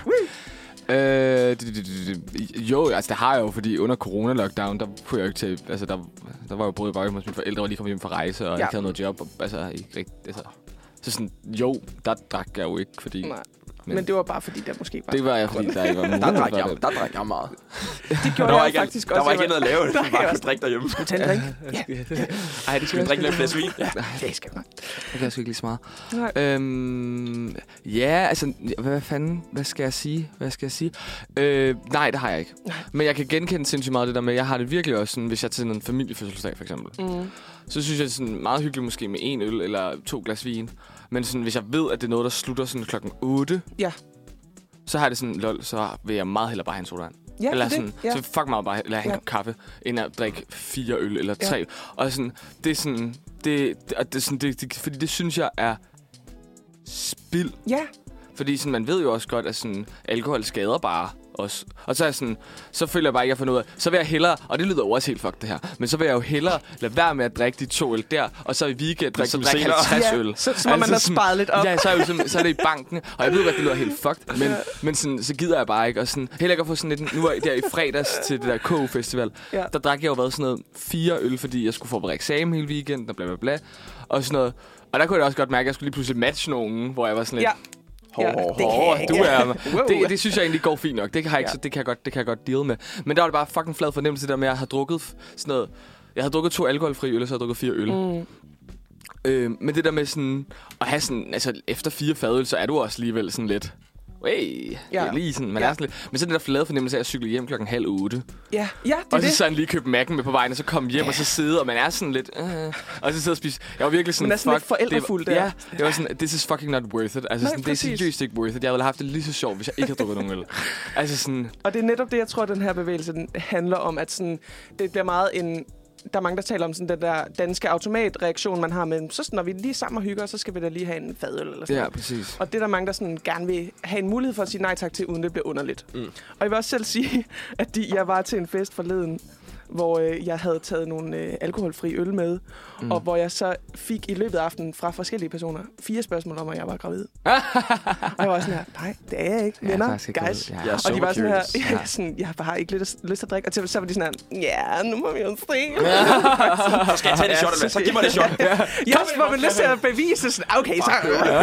Jo, altså det har jeg jo, fordi under corona-lockdown, der kunne jeg jo ikke til... Altså, der var jo både hos mine forældre, var lige kommet hjem fra rejse, og ikke havde noget job. Og, altså, ikke rigtig... Altså, så sådan, jo, der drak jeg jo ikke, fordi... Nej. Men det var bare fordi, der måske var... Det var jeg, fordi der ikke var mulighed. Der drak jeg meget. Det gjorde jeg faktisk også. Der var ikke noget at lave. Du bare kunne drikke derhjemme. Skal vi tage en drink? Ej, det skal vi drikke lidt flaske vin. Ja, det skal vi nok. Det kan jeg sgu ikke lige så meget. Nej. Ja, altså, hvad fanden? Hvad skal jeg sige? Nej, det har jeg ikke. Men jeg kan genkende sindssygt meget det der med, jeg har det virkelig også sådan, hvis jeg er til en familiefødselsdag, for eksempel. Så synes jeg, det er sådan meget hyggeligt måske med 1 øl eller 2 glas vin. Men sådan, hvis jeg ved, at det er noget, der slutter sådan klokken 8, så har det sådan, lol, så vil jeg meget hellere bare have en sodavand. Ja, eller det, sådan, så fuck meget bare lade have en kop kaffe, end at drikke 4 øl eller 3. Og sådan, det er sådan, fordi det synes jeg er spild. Ja. Fordi sådan, man ved jo også godt, at sådan, alkohol skader bare os. Og så er sådan, så føler jeg bare ikke, at jeg får noget af. Så vil jeg hellere, og det lyder jo også helt fucked det her, men så vil jeg jo hellere lade være med at drikke de 2 øl der, og så i weekenden, så drikke 50 øl. Så må man da spare lidt op. Ja, så er det i banken, og jeg ved godt, det lyder helt fucked, men sådan, så gider jeg bare ikke. Og sådan, heller ikke at få sådan lidt, nu er der i fredags til det der KU-festival, der drak jeg jo været sådan noget 4 øl, fordi jeg skulle forberede eksamen hele weekenden, og bla bla bla, og sådan noget. Og der kunne jeg også godt mærke, at jeg skulle lige pludselig matche nogen, hvor jeg var sådan lidt... Det synes jeg egentlig går fint nok. Det kan jeg godt deal med. Men der var det bare fucking flad fornemmelse der med, at jeg har drukket sådan noget. Jeg havde drukket 2 alkoholfri øl, og så havde jeg drukket 4 øl. Men det der med sådan at have sådan, altså efter 4 fadøl, så er du også alligevel sådan lidt. Det er lige sådan, man er sådan lidt. Men så den der flade fornemmelse af at cykle hjem 7:30. Ja, det er og så sådan lige købe Mac'en med på vejen, og så komme hjem og så sidde, og man er sådan lidt... og så sidde og spise... Jeg var virkelig sådan... Man er sådan lidt forældrefuld der. Ja, jeg var sådan, this is fucking not worth it. Altså, sådan, det er seriøst ikke worth it. Jeg ville have haft det lige så sjovt, hvis jeg ikke havde drukket nogen øl. Altså sådan... Og det er netop det, jeg tror, den her bevægelse den handler om, at sådan, det bliver meget en... Der er mange, der taler om sådan den der danske automatreaktion, man har med, så når vi lige sammen og hygger, så skal vi da lige have en fadøl eller sådan. Ja, præcis. Og det er der mange, der sådan gerne vil have en mulighed for at sige nej tak til, uden det bliver underligt. Og jeg vil også selv sige, at jeg var til en fest forleden, hvor jeg havde taget nogle alkoholfri øl med, og hvor jeg så fik i løbet af aftenen fra forskellige personer 4 spørgsmål om, at jeg var gravid. Og jeg var sådan her, nej, det er jeg ikke. Venner, guys. Ja. Og de var sådan her, jeg har ikke lyst til at drikke. Og så var de sådan her, nu må vi jo se. Så skal jeg tage det shot, eller så giv mig det shot. Jeg får man lyst til at bevise sådan, okay, så.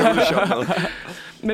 Men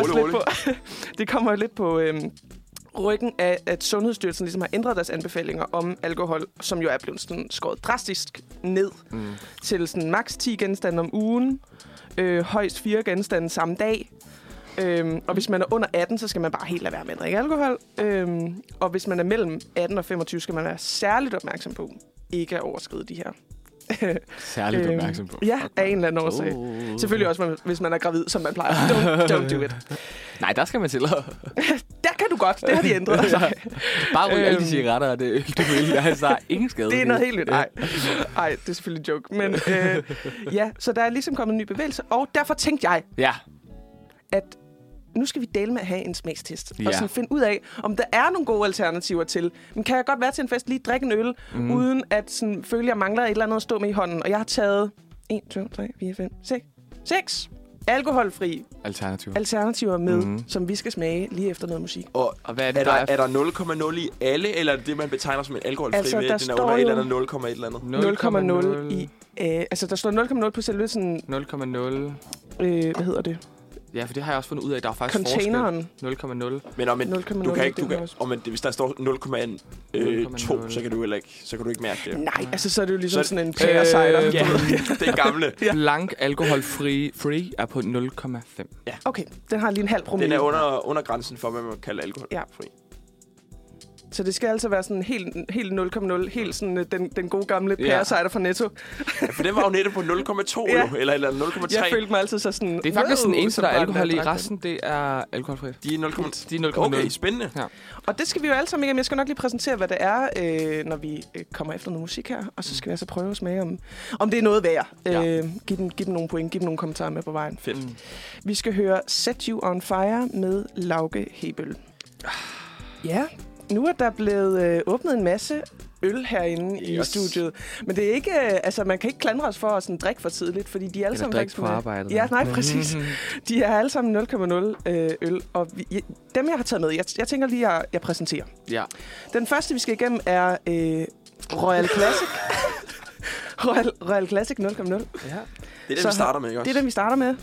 det kommer jo lidt på ryggen af, at Sundhedsstyrelsen ligesom har ændret deres anbefalinger om alkohol, som jo er blevet sådan skåret drastisk ned til sådan maks 10 genstande om ugen, højst 4 genstande samme dag. Og hvis man er under 18, så skal man bare helt lade være med at drikke alkohol. Og hvis man er mellem 18 og 25, skal man være særligt opmærksom på ikke at overskride de her. Særligt opmærksom på. Ja, af en eller anden årsag. Selvfølgelig også, hvis man er gravid, som man plejer. Don't do it. Nej, der skal man til. Der kan du godt. Det har de ændret sig. Bare ryge alle de cigaretter, og det du vil. Altså, der er ingen skade. Det er noget helt nyt. Nej, det er selvfølgelig en joke. Men så der er ligesom kommet en ny bevægelse. Og derfor tænkte jeg, at nu skal vi dele med at have en smagstest. Og sådan finde ud af, om der er nogle gode alternativer til. Men kan jeg godt være til en fest, lige drikke en øl, uden at sådan, føle, at jeg mangler et eller andet at stå med i hånden. Og jeg har taget 1, 2, 3, 4, 5, 6 alkoholfri alternativer med, som vi skal smage lige efter noget musik. Og hvad er det, er der 0,0 i alle, eller er det det, man betegner som en alkoholfri altså, med? Den er under et eller andet 0,1 eller andet? 0,0 i... altså, der står 0,0 på selve sådan... 0,0... hvad hedder det? Ja, for det har jeg også fundet ud af. Der er faktisk containeren. forskel. 0,0. Men du kan ikke, hvis der står 0,2, så kan du heller ikke, så kan du ikke mærke det. Nej, altså så er det jo ligesom sådan en pære cider. Ja, det er gamle. Blank alkoholfri er på 0,5. Ja. Okay, den har lige en halv promille. Den er under grænsen for, hvad man kalder alkoholfri. Så det skal altså være sådan helt 0,0. Helt sådan den gode gamle pærecider fra Netto. Ja, for den var jo netop på 0,2 jo, eller 0,3. Jeg følte mig altid så sådan... Det er faktisk den eneste, der er alkohol i. Resten, det er alkoholfrit. De er 0,0. Okay, spændende. Ja. Og det skal vi jo alle sammen igennem. Jeg skal nok lige præsentere, hvad det er, når vi kommer efter noget musik her. Og så skal vi altså prøve at smage, om det er noget værd. Giv dem nogle point, giv dem nogle kommentarer med på vejen. Fedt. Vi skal høre Set You On Fire med Lauke Hebøl. Ja, nu er der blevet åbnet en masse øl herinde i studiet. Men det er ikke... altså, man kan ikke klandre os for at sådan, drikke for tidligt, fordi de er alle sammen... Eller drikke på arbejdet. Ja, nej, præcis. De er alle sammen 0,0 øl. Og dem, jeg har taget med, jeg tænker lige, at jeg præsenterer. Ja. Den første, vi skal igennem, er Royal Classic. Royal Classic 0,0. Ja. Det er det, vi starter med, ikke også? Det er det, vi starter med.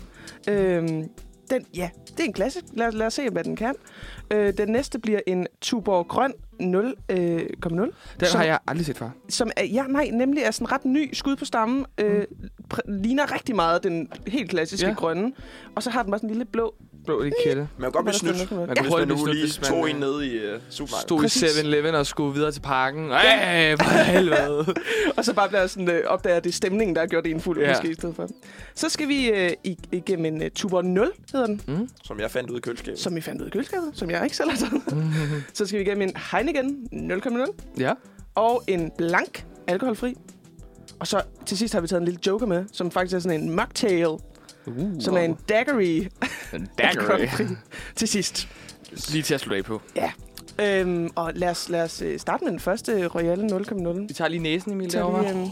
Det er en klassik. Lad os se, hvad den kan. Den næste bliver en Tuborg Grøn 0,0. Den har jeg aldrig set før. Som er, nemlig er sådan ret ny skud på stammen. Ligner rigtig meget den helt klassiske grønne. Og så har den bare sådan en lille blå etikette. Man kan godt blive snydt. Man kan hvis man nu lige tog en ned i supermarkedet. Stod i 7-Eleven og skulle videre til parken. For helvede. Og så bare bliver sådan opdager, det stemningen, der har gjort en fuld måske i stedet for. Så skal vi igennem en Tuborg 0, hedder den. Som jeg fandt ud i køleskabet. Som jeg ikke selv har taget. Så skal vi igennem en Heineken 0,0. Ja. Og en blank alkoholfri. Og så til sidst har vi taget en lille joker med, som faktisk er sådan en mocktail. Som er en daiquiri. En daiquiri. Til sidst. Lige til at slutte af på. Ja. Og lad os starte med den første Royale 0,0. Vi tager lige næsen, Emil, derovre.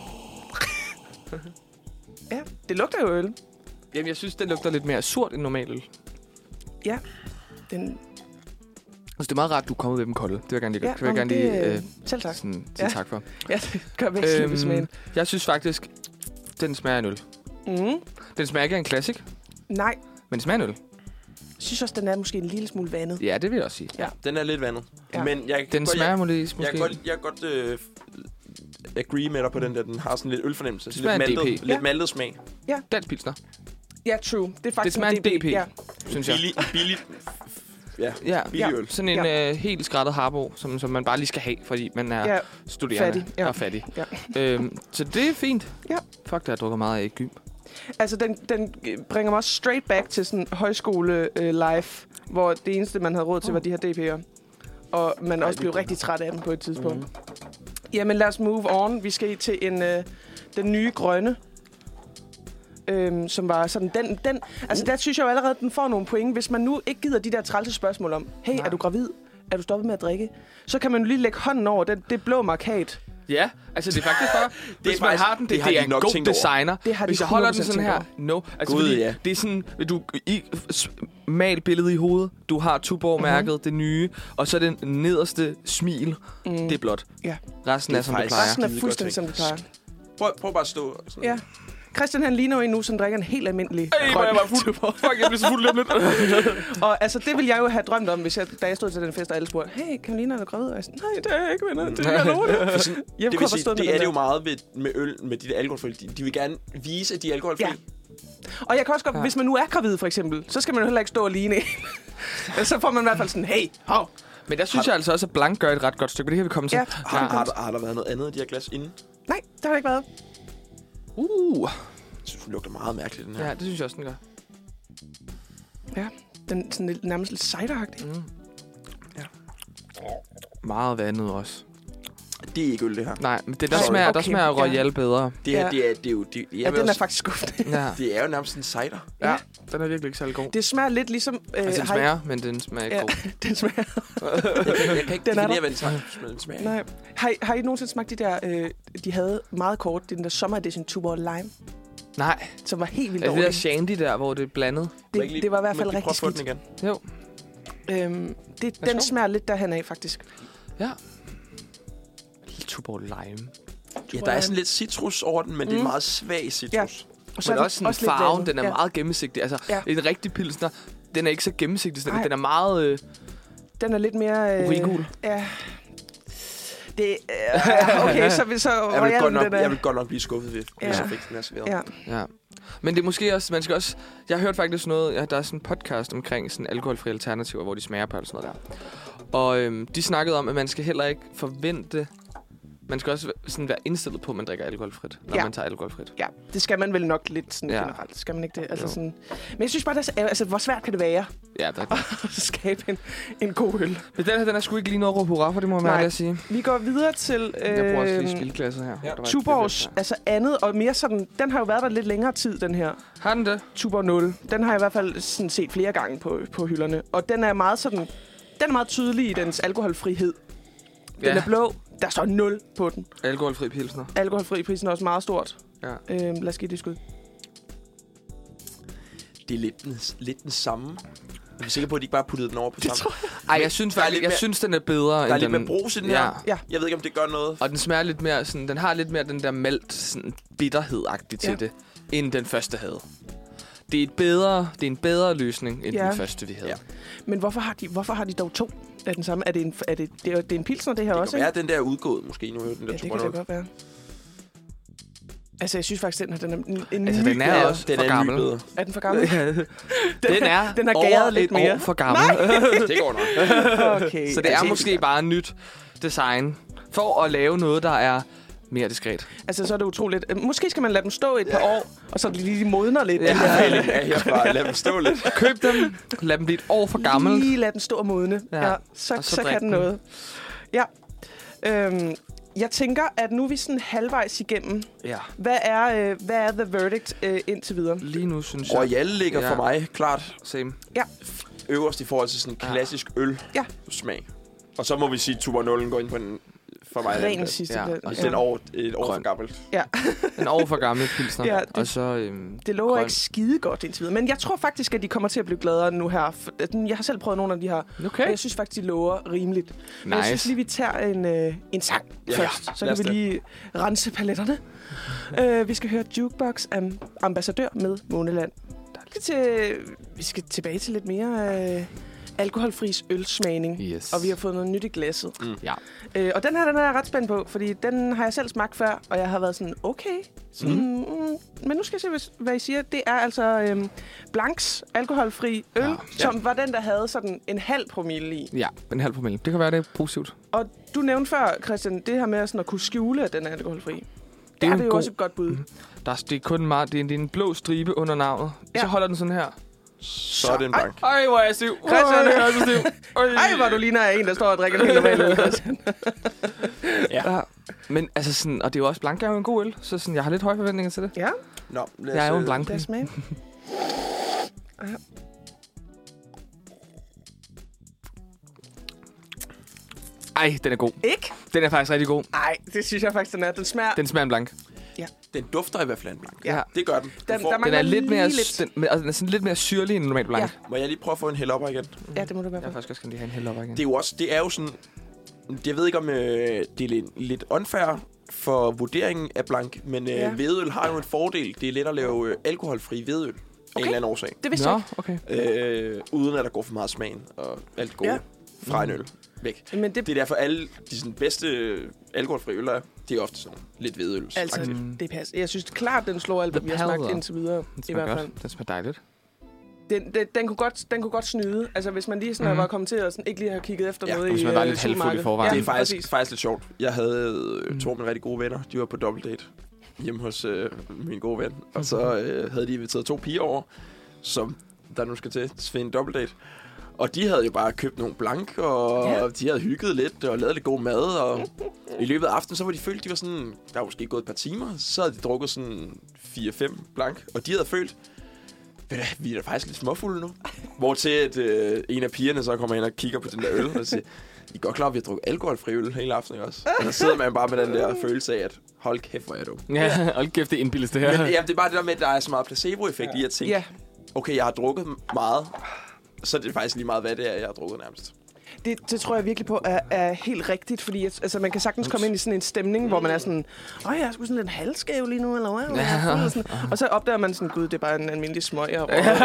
Ja, det lugter jo øl. Jamen, jeg synes, den lugter lidt mere surt end normal øl. Ja. Den... Altså, det er meget rart, du er kommet ved dem kolde. Det vil jeg gerne lige, ja, vil jeg gerne lige selv tak. Sådan, sige tak for. Ja, det gør vækst med smagen. Jeg synes faktisk, den smager en øl. Den smager ikke af en classic. Nej. Men den smager en øl. Jeg synes også, den er måske en lille smule vandet. Ja, det vil jeg også sige. Ja, den er lidt vandet. Ja. Men den smager måske. Jeg kan godt agree med dig på den der. Den har sådan lidt ølfornemmelse. Lidt maltet smag. Ja. Dansk pilsner. Ja, true. Det er faktisk det smager en DP, synes jeg. Billig. Ja, billig øl. Sådan en helt skrættet harbo, som man bare lige skal have, fordi man er studerende og fattig. Ja. Så det er fint. Ja. Fuck, der har drukket meget af i gym. Altså, den bringer mig også straight back til sådan højskole-life, hvor det eneste, man havde råd til, var de her DP'er. Og man også blev rigtig træt af dem på et tidspunkt. Jamen, lad os move on. Vi skal til den nye grønne. Som var sådan den altså der synes jeg jo allerede, den får nogle point. Hvis man nu ikke gider de der trælse spørgsmål om, hey, er du gravid? Er du stoppet med at drikke? Så kan man jo lige lægge hånden over det blå markat. Ja, altså det er faktisk bare, hvis man har den, det er en god designer. Hvis jeg holder den sådan her, altså God, det er sådan, du mal billedet i hovedet, du har Tuborg-mærket, det nye, og så den nederste smil, det er blåt. Ja. Resten er som det plejer. Resten er fuldstændig som det plejer. Prøv bare at stå sådan. Ja. Christian, han ligner jo en nu, som drikker en helt almindelig grøn Tuborg. Fuck, jeg bliver så fuld lidt. Og altså, det ville jeg jo have drømt om, da jeg stod til den fest, og alle spurgte, hey, Karoline, er du gravid? Og jeg sagde, nej, det er jeg ikke, venner. Det er jeg lover det. Det vil sige, det er det jo meget med øl, med de der alkoholfri. De vil gerne vise, at de er alkoholfri. Ja. Og jeg kan også godt, hvis man nu er gravid, for eksempel, så skal man jo heller ikke stå og ligne en. Så får man i hvert fald sådan, hey, hov. Men der synes jeg altså også, at blank gør et ret godt stykke. Det kan vi komme til. Ja. Har der været noget andet af de her glas inden? Nej, det har der ikke været. Jeg synes, den lugter meget mærkeligt, den her. Ja, det synes jeg også, den gør. Ja, den er sådan nærmest lidt cider-agtig. Ja. Meget vandet også. Det er ikke øl, det her. Nej, men der smager Royal bedre. Det her, det er jo... den er faktisk skuffende. Ja. Det er jo nærmest en cider. Ja, den er virkelig ikke særlig god. Det smager lidt ligesom... altså, den smager, men den smager ikke god. Den smager... jeg kan ikke definere, hvad den smager. Nej. Har I nogensinde smagt de der... de havde meget kort, den der sommeredition Tuborg Lime? Nej. Som var helt vildt dårlig. Det der shandy der, hvor det er blandet. Det var i hvert fald rigtig skidt. Igen? Jo. Den smager lidt derhen af, faktisk. Ja. Tuborg Lime. Ja, der er sådan lidt citrus over den, men det er meget svag citrus. Ja. Og så men også sådan farven, den er meget gennemsigtig. Altså, en rigtig pilsner, den er ikke så gennemsigtig. Den er meget... den er lidt mere... urigul. Ja. Det, okay, så jeg vil godt nok blive skuffet ved, hvis jeg fik den her serveret. Ja. Men det er måske også, man skal også... Jeg har hørt faktisk noget, der er sådan en podcast omkring sådan alkoholfri alternativer, hvor de smager på og sådan noget der. Og de snakkede om, at man skal heller ikke forvente... Man skal også sådan være indstillet på, at man drikker alkoholfrit, når man tager alkoholfrit. Ja, det skal man vel nok lidt sådan generelt. Skal man ikke det? Altså sådan... Men jeg synes bare, hvor svært kan det være at skabe en god øl? Men den er sgu ikke lige noget at råbe hurra for, det må man ærligt at sige. Vi går videre til... Jeg bruger også lige spildglasset her. Ja. Tuborgs, altså andet og mere sådan... Den har jo været der lidt længere tid, den her. Har den det? Tuborg 0. Den har jeg i hvert fald sådan set flere gange på hylderne. Og den er meget sådan... Den er meget tydelig i dens alkoholfrihed. Den er blå. Der står 0 på den. Alkoholfri pilsner. Alkoholfri prisen er også meget stort. Ja. Lad os give det et skud. Det er lidt den samme. Er vi sikre på, at de ikke bare puttede den over på samme? Ej, jeg synes faktisk, jeg synes den er bedre. Der er lidt mere brus i den her. Ja. Jeg ved ikke, om det gør noget. Og den smager lidt mere sådan... Den har lidt mere den der malt sådan bitterhed-agtigt til det, end den første havde. Det er en bedre løsning, end den første, vi havde. Ja. Men hvorfor har de dog 2 af den samme? Det er en pilsner, det her det også, ikke? Det kan være, den der er udgået, måske nu. Den der det kan det godt være. Altså, jeg synes faktisk, den er en altså, den er også for gammel. Er den for gammel? den har gæret lidt mere. År for gammel. Det går nok. Okay. Så det er måske bare nyt design for at lave noget, der er mere diskret. Altså, så er det utroligt. Måske skal man lade dem stå et par år, og så lige modner lidt. Lad dem stå lidt. Køb dem. Lad dem blive et år for gammel. Lige lad den stå og modne. Ja, så kan den noget. Ja. Jeg tænker, at nu er vi sådan halvvejs igennem. Ja. Hvad er the verdict indtil videre? Lige nu, synes jeg. Royal ligger for mig klart same. Ja. Øverst i forhold til sådan en klassisk øl-smag. Og så må vi sige, at Tuborg 0 går ind på en... For mig ren sidste. Ja. Og den et år for gammelt. Ja. En år for gammel pilsner. Ja, og så, det lover ikke skide godt indtil videre. Men jeg tror faktisk, at de kommer til at blive gladere nu her. Jeg har selv prøvet nogle af de her. Okay. Og jeg synes faktisk, de lover rimeligt. Nice. Men jeg synes lige, vi tager en sang først. Så kan vi lige rense paletterne. Vi skal høre Jukebox Ambassadør med Måneland. Vi skal tilbage til lidt mere... alkoholfris ølsmagning, og vi har fået noget nyt i glasset. Ja. Og den her er jeg ret spændt på, fordi den har jeg selv smagt før, og jeg har været sådan, okay. Men nu skal jeg se, hvad I siger. Det er altså Blancs alkoholfri øl, som var den, der havde sådan en halv promille i. Ja, en halv promille. Det kan være, det er positivt. Og du nævnte før, Christian, det her med sådan at kunne skjule, at den er alkoholfri. Det er jo også et godt bud. Det er kun meget. Det er en blå stribe under navnet. Så holder den sådan her. Så er det en bank. Ej, hvor er jeg stiv. Christian, det er også stiv. Ej, hvor du ligner en, der står og drikker en helt normal øl, Christian. Ja. Men altså sådan, og det er jo også Blanc er jo en god øl, så sådan, jeg har lidt høje forventninger til det. Ja. Nå, jeg er jo en Blanc. Lad os smage. Ej, den er god. Ikke? Den er faktisk rigtig god. Ej, det synes jeg faktisk, den er. Den smager en Blanc. Ja. Den dufter i hvert fald en Blanc. Ja. Det gør den. Den er lidt mere, den er sådan lidt mere syrlig end en normal Blanc. Ja. Må jeg lige prøve at få en hælopper igen? Ja, det må du være. Jeg faktisk også lige have en hælopper igen. Det er jo sådan... Jeg ved ikke, om det er lidt unfair for vurderingen af Blanc, men hvedøl har jo en fordel. Det er let at lave alkoholfri hvedøl af en eller anden årsag. Det vidste jeg ikke. Uden at der går for meget smagen og alt det gode fra en øl væk. Men det er derfor alle de sådan bedste alkoholfri øl det er ofte sådan lidt hvedøl. Altså, det passer. Jeg synes klart, den slår alt, hvad vi har smagt indtil videre. I hvert fald. Den smager dejligt. Den kunne godt snyde. Altså, hvis man lige sådan var kommet til at sådan, ikke lige have kigget efter noget i hvis man var lidt halvfuld i forvejen. Det er faktisk lidt sjovt. Jeg havde to af mine rigtig gode venner. De var på dobbeltdate hjemme hos min gode ven. Og så havde de inviteret 2 piger over, som der nu skal til en dobbeltdate. Og de havde jo bare købt nogle Blanc, og de havde hygget lidt og lavet lidt god mad. Og i løbet af aftenen, så var de følt, de var sådan... Der var måske gået et par timer, så havde de drukket sådan 4-5 Blanc. Og de havde følt, vi er da faktisk lidt småfulde nu. Hvortil at, en af pigerne så kommer ind og kigger på den der øl og siger, I er godt klar, at vi har drukket alkoholfri øl hele aftenen også. Og så sidder man bare med den der følelse af, at hold kæft, hvor er du. Ja, hold kæft, det er indbildes det her. Men det er bare det der med, at der er så meget placebo-effekt i at tænke, okay, jeg har drukket meget, så er det faktisk lige meget, hvad det er, jeg har drukket nærmest. Det tror jeg virkelig på er helt rigtigt, fordi altså, man kan sagtens komme ind i sådan en stemning, hvor man er sådan, jeg er sgu sådan lidt halvskæv lige nu, eller hvad? Og så opdager man sådan, gud, det er bare en almindelig smøg.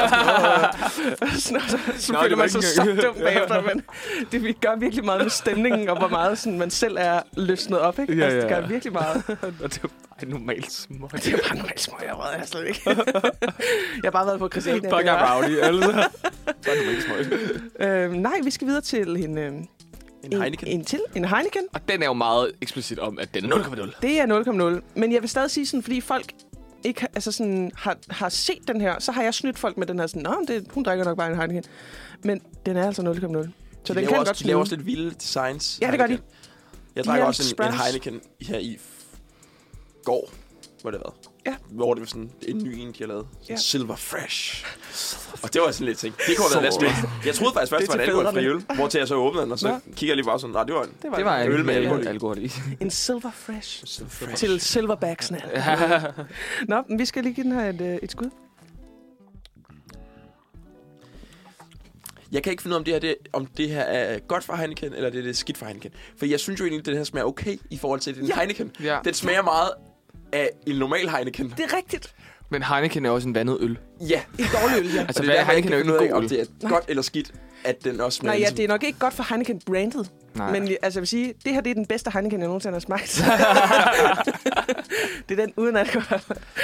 Så føler man sig så dumt bagefter, men det gør virkelig meget med stemningen, og hvor meget sådan, man selv er løsnet op, ikke? Altså, det gør virkelig meget. Og det er bare normalt smøg. Det er bare normalt smøg, jeg slet ikke. Jeg har bare været på Christiania. Fuck up, Audi, altså. Bare normalt smøg. Nej, vi skal videre til En Heineken. En Heineken. Og den er jo meget eksplicit om, at den er 0,0. Det er 0,0. Men jeg vil stadig sige sådan, fordi folk ikke har set den her, så har jeg snydt folk med den her sådan, hun drikker nok bare en Heineken. Men den er altså 0,0. Så den kan godt de laver også lidt vilde designs. Ja, det gør de. Jeg drak også en Heineken her i går, hvor det har været. Ja. Hvor det var sådan en ny en, de har lavet. Ja. Silver Fresh. Og det var sådan lidt ting. Det kunne have været lidt smidt. Jeg troede faktisk først, det var en alkoholfri øl. Hvor til jeg så åbnede den, og så kigger jeg lige bare sådan, nej, det var en øl med alkohol i. En Silver Fresh. Til silverbacksene. Nå, men vi skal lige give den her et skud. Jeg kan ikke finde ud af, om det her er godt for Heineken, eller det er skidt for Heineken. For jeg synes jo egentlig, at det her smager okay i forhold til den Heineken. Ja. Den smager meget af en normal Heineken. Det er rigtigt. Men Heineken er også en vandet øl. Ja. En dårlig øl, ja. Altså, Heineken er jo ikke en god øl. Om det er godt eller skidt, at den også smager. Nej, ja, det er nok ikke godt for Heineken-brandet. Nej. Men altså, jeg vil sige, det her det er den bedste Heineken, jeg nogensinde har smagt. Det er den uden alkohol.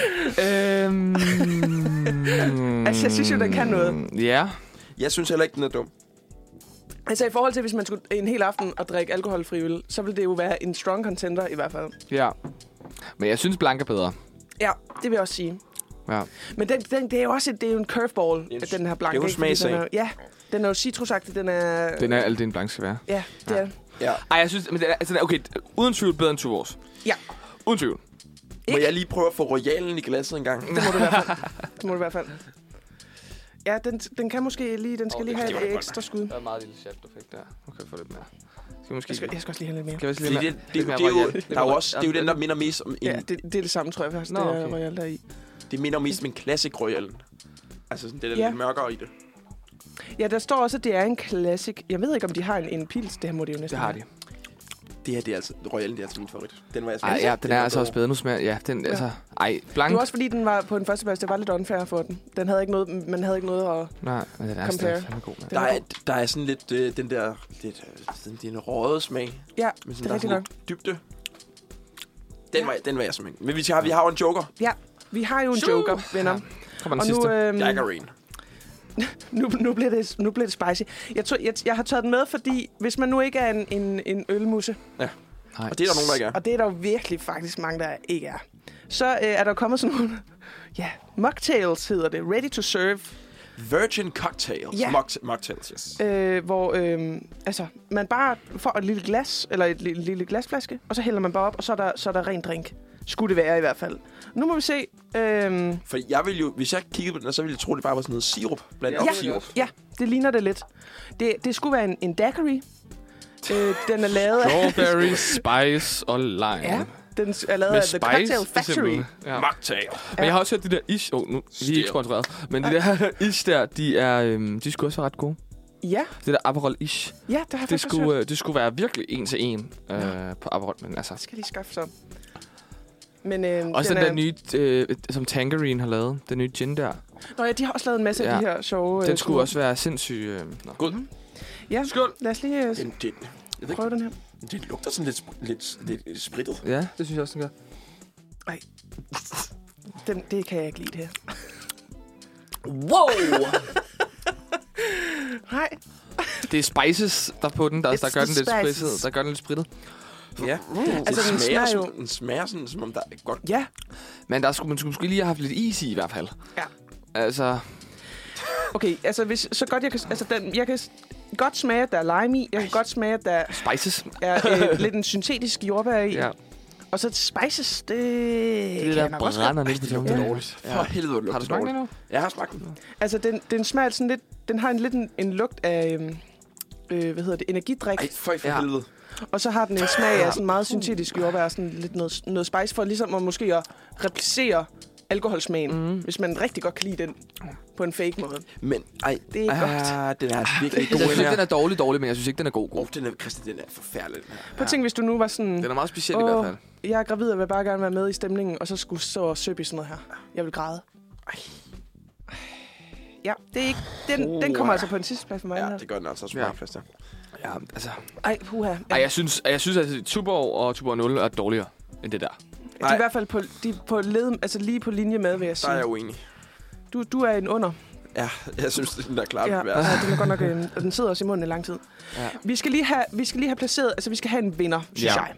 Altså, jeg synes jo, den kan noget. Ja. Jeg synes heller ikke, den er dum. Altså, i forhold til, hvis man skulle en hel aften og drikke alkoholfri øl, så ville det jo være en strong contender i hvert fald. Ja. Men jeg synes, blank er bedre. Ja, det vil jeg også sige. Ja. Men det er jo også det er jo en curveball, den her blank. Det er jo smagsag. Ja, den er jo citrusagtig, den er... Den er alt det, en blank skal være. Ja, det er. Ja. Ej, jeg synes, men den er, okay, uden tvivl bedre end 2 års. Ja. Uden tvivl. Må jeg lige prøve at få royalen i glasset en gang? Det må du i hvert fald. Ja, den kan måske lige, den skal lige have et ekstra skud. Der er meget lille chat-effekt der. Nu kan jeg få lidt mere. Jeg skal også lige have lidt mere. Skal vi lige det er jo den, der minder mest om en... Ja, det er det samme, tror jeg faktisk, det er royal der i. Det minder mest om en classic royalen. Altså sådan, det er lidt mørkere i det. Ja, der står også, at det er en classic. Jeg ved ikke, om de har en pils. Det her må de jo næsten. Det har de. Det her, det er altså... Royalen, det er altså min favorit. Den var jeg smagt. Ja, den er altså også bedre. Nu smager... Ja, den altså... Ej, blank. Det var også fordi, den var på den første plads. Det var lidt unfair for den. Den havde ikke noget... Man havde ikke noget at... Nej, men den er compare. God, der er sådan lidt... den der... Lidt... Den røde smag. Ja, med sådan, det er rigtig nok. Dybde. Den var jeg simpelthen. Men vi har jo en joker. Ja, vi har jo en joker, venner. Kommer den sidste. Daggerine. Nu bliver det spicy. Jeg har taget den med, fordi hvis man nu ikke er en ølmusse... Ja. Nej. Og det er der nogen, der ikke er. Og det er der jo virkelig faktisk mange, der ikke er. Så er der kommet sådan nogle... Ja, mocktails hedder det. Ready to serve. Virgin cocktails. Ja. Mocktails, yes. Hvor man bare får et lille glas, eller et lille glasflaske, og så hælder man bare op, og så er der ren drink. Skulle det være i hvert fald. Nu må vi se. For jeg vil jo, hvis jeg kiggede på den, så ville jeg tro, det bare var sådan noget sirup. Blandt op sirup. Ja, det ligner det lidt. Det skulle være en daiquiri. Den er lavet af... Strawberry, spice og lime. Ja, den er lavet af The Cocktail Factory. Ja. Mocktail. Men jeg har også hørt de der ish... nu vi er ikke sponsoreret. Men de der ish der, de skulle også være ret gode. Ja. Det der Aperol ish. Ja, det har jeg det skulle være virkelig 1-til-1 på Aperol, men altså... Det skal lige skaffe sig. Men, også den der nye, som Tangerine har lavet. Den nye gin der. Nå ja, de har også lavet en masse af de her sjove... Den skulle også være sindssyg... God. Ja, skål. Lad os lige prøve den her. Det lugter sådan lidt sprittet. Ja, det synes jeg også, den gør. Ej. Det kan jeg ikke lide, det her. Wow! Nej. Det er spices, der på den, der gør den lidt sprittet. Der gør den lidt sprittet. Ja. Altså, den smager sådan, som om der er godt... Ja. Men man skulle måske lige have haft lidt is i hvert fald. Ja. Altså... Okay, altså jeg kan godt smage, at der er lime i. Jeg kan godt smage, at der spices er lidt en syntetisk jordbær i. Ja. Og så spices, det der brænder lidt på tungen. Det er dårligt. For helvede, det har du smagt det nu? Jeg har smagt den. Altså, den smager sådan lidt... Den har en lugt af... energidrik. Ej, for helvede. Og så har den en smag af sådan meget syntetisk jordbær, sådan lidt noget spice for ligesom at måske at replicere alkoholsmagen, hvis man rigtig godt kan lide den på en fake måde. Men det er godt. Den er altså virkelig god. Jeg synes, den er dårlig, men jeg synes ikke, den er god. Den er forfærdelig. Prøv at tænke, hvis du nu var sådan... Den er meget speciel i hvert fald. Jeg er gravid og vil bare gerne være med i stemningen, og så skulle så og søbe i sådan noget her. Jeg vil græde. Ja, det er ikke... Den kommer altså på en sidste plads for mig. Ja, det gør den altså også på plads der. Ja, altså... Ej, puha. Ja. Ej, jeg synes at Tuborg og Tuborg 0 er dårligere end det der. De er i hvert fald lige på linje med, vil jeg sige. Der er jeg uenig. Du er en under. Ja, jeg synes, den er klart Ja, det værste. den er godt nok, og den sidder også i munden i lang tid. Ja. Vi skal lige have placeret, altså vi skal have en vinder, synes jeg.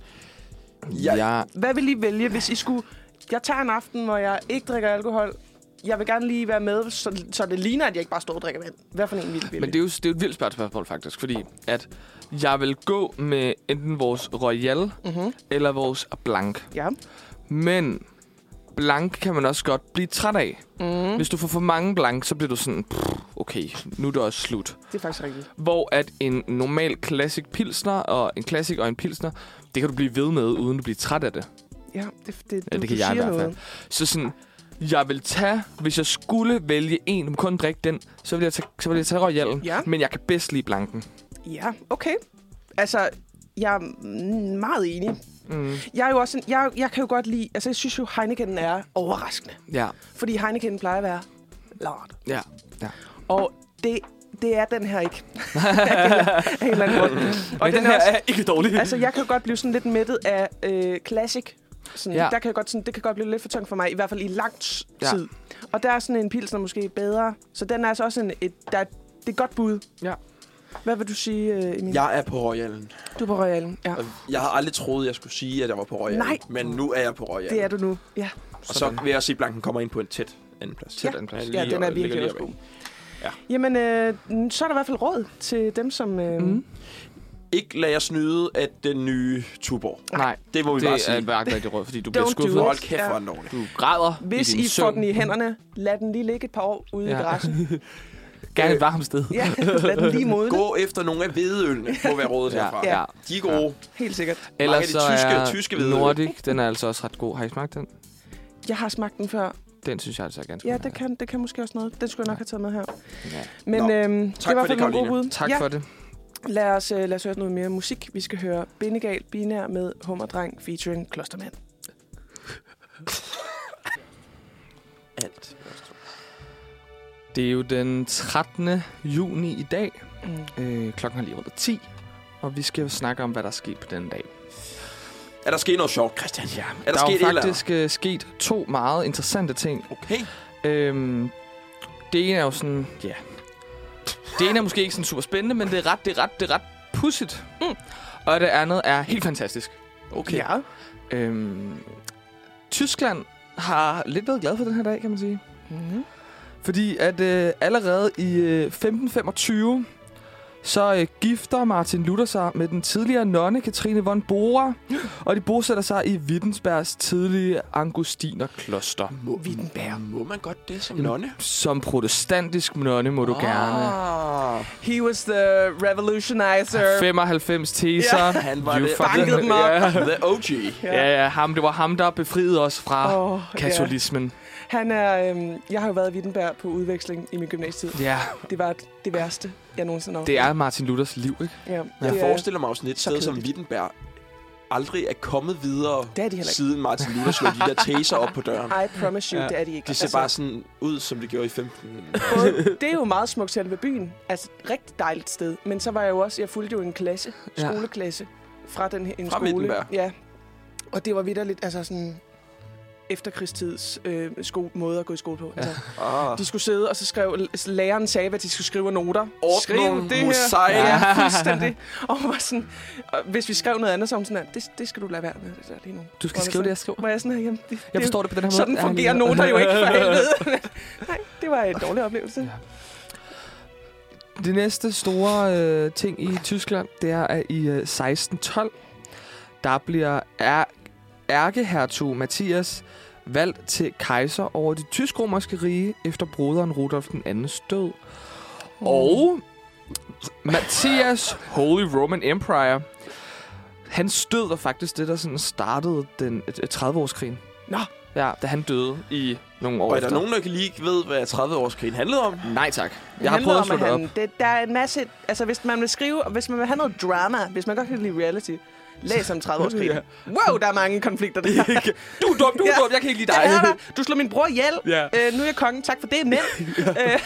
Ja. Hvad vil I vælge, hvis I skulle... Jeg tager en aften, hvor jeg ikke drikker alkohol. Jeg vil gerne lige være med, så det ligner, at jeg ikke bare står og drikker vand. Hvad for en vil I vælge? Men det er jo et vildt spørgsmål, faktisk. Fordi at jeg vil gå med enten vores Royal eller vores Blanc. Ja. Men Blanc kan man også godt blive træt af. Hvis du får for mange Blanc, så bliver du sådan, okay, nu er det også slut. Det er faktisk rigtigt. Hvor at en normal classic pilsner og en classic og en pilsner, det kan du blive ved med, uden at blive træt af det. Ja, Det kan jeg i hvert fald. Så sådan, jeg vil tage, hvis jeg skulle vælge en, men kun drikke den, så vil jeg tage Royalen. Ja. Men jeg kan bedst lide Blancen. Ja, okay. Altså, jeg er meget enig. Jeg er jo også jeg kan jo godt lide... Altså, jeg synes jo, Heineken er overraskende. Ja. Fordi Heineken plejer at være lort. Ja. Og det er den her ikke. Af en eller anden grund. Og Men den her er ikke dårlig. Altså, jeg kan godt blive sådan lidt mættet af classic. Sådan, Ja. der kan jeg godt, sådan, det kan godt blive lidt for tungt for mig, i hvert fald i lang tid. Og der er sådan en pilsner måske bedre. Så den er altså også det er et godt bud. Ja. Hvad vil du sige, Emil? Jeg er på Royalen. Du er på Royalen, ja. Jeg har aldrig troet, jeg skulle sige, at jeg var på Royalen. Nej. Men nu er jeg på Royalen. Det er du nu, ja. Og så vil jeg sige, at Blancen kommer ind på en tæt andenplads. Ja. Ja, den er virkelig også god. Ja. Jamen, så er der i hvert fald råd til dem, som... Ikke lad jer snyde af den nye Tuborg. Nej, Det må vi bare det sige. er bare rigtig råd, fordi du bliver Don't skuffet. do it. Hold kæft Ja. for en dårlig. Du græder Hvis i din I søvn. får den i hænderne, lad den lige ligge et par år ude i garagen. Gerne et varmt sted. Ja, lad den lige modne. Gå efter nogle af hvedeølene, må være rådet herfra. Ja. De er gode. Helt sikkert. Ellers Mange af de så er tyske hvedøl. Nordic, den er altså også ret god. Har I smagt den? Jeg har smagt den før. Den synes jeg altså er ganske Ja, god. det kan måske også noget. Den skulle jeg nok have taget med her. Ja. Men Nå. det er i for hvert fald det, nogle gode Karoline. bud. Tak for det. Lad os høre noget mere musik. Vi skal høre Bindegal Binær med Hummerdreng featuring Klostermand. Alt. Det er jo den 13. juni i dag. Klokken har lige rundet 10. Og vi skal jo snakke om, hvad der er sket på den dag. Er der sket noget sjovt, Christian? Ja, Er der der er sket jo et eller faktisk sket 2 meget interessante ting. Okay. Det ene er jo sådan, ja... Det ene er måske ikke sådan super spændende, men det er ret pudsigt. Og det andet er helt fantastisk. Okay. Ja. Tyskland har lidt været glad for den her dag, kan man sige. Mm-hmm. Fordi at allerede i 1525, så gifter Martin Luther sig med den tidligere nonne Katrine von Bora, og de bosætter sig i Wittenbergs tidlige Augustinerkloster. Må man godt det som nonne? Som protestantisk nonne må du gerne. He was the revolutionizer. 95 teser. Ja. Han var You det. fucking- Bankede dem op. Ja. The OG. Ja, det var ham, der befriede os fra Ja. katolismen. Han er... jeg har jo været i Wittenberg på udveksling i min gymnasietid. Ja, Det var det værste, jeg nogensinde har det er Martin Luthers liv, ikke? Ja, Jeg det er- forestiller mig jo sådan et så sted som kedeligt. Wittenberg aldrig er kommet videre, Det er de heller ikke. siden Martin Luther slog de der taser op på døren. I promise you, Ja. det er de ikke. De ser bare sådan ud, som de gjorde i 15. Det er jo meget smukt selve byen. Altså, rigtig dejligt sted. Men så var jeg jo også... Jeg fulgte jo en klasse, Ja. skoleklasse, fra en Fra skole. Wittenberg. Ja. Og det var vitterligt, altså sådan... efterkrigstids måde at gå i skole på. Ja. Altså, de skulle sidde, og så skrev... Læreren sagde, hvad de skulle skrive af noter. Ordnung det her. Musei. Ja, fuldstændig. Og var sådan, og hvis vi skrev noget andet, så var hun sådan her, det skal du lade være med, det der lige nu. Du skal Hvor skrive jeg det, jeg skriver. Hvor jeg sådan her, jamen, Jeg forstår det på den her måde. sådan fungerer noter jo ikke for helvede. Nej, det var en dårlig oplevelse. Det næste store ting i Tyskland, det er, at i 1612, der bliver ærkehertug Matthias valgt til kejser over det tysk-romerske rige efter broderen Rudolf den andens død. Og Matthias Holy Roman Empire, hans død var faktisk det, der sådan startede den 30-årskrigen. Nå. Ja, da han døde i nogle år Og er efter. der nogen, der kan lige ved, hvad 30-årskrigen handlede om? Nej tak. Det Jeg har handler prøvet at om, slå det op. der er en masse... Altså, hvis man vil skrive... Hvis man vil have noget drama, hvis man godt kan lide reality, læs om 30-årskrigen. Ja. Wow, der er mange konflikter der. Du er dum, jeg kan ikke lide dig. Det er der. Du slår min bror ihjel. Ja. Nu er jeg kongen. Tak for det, men...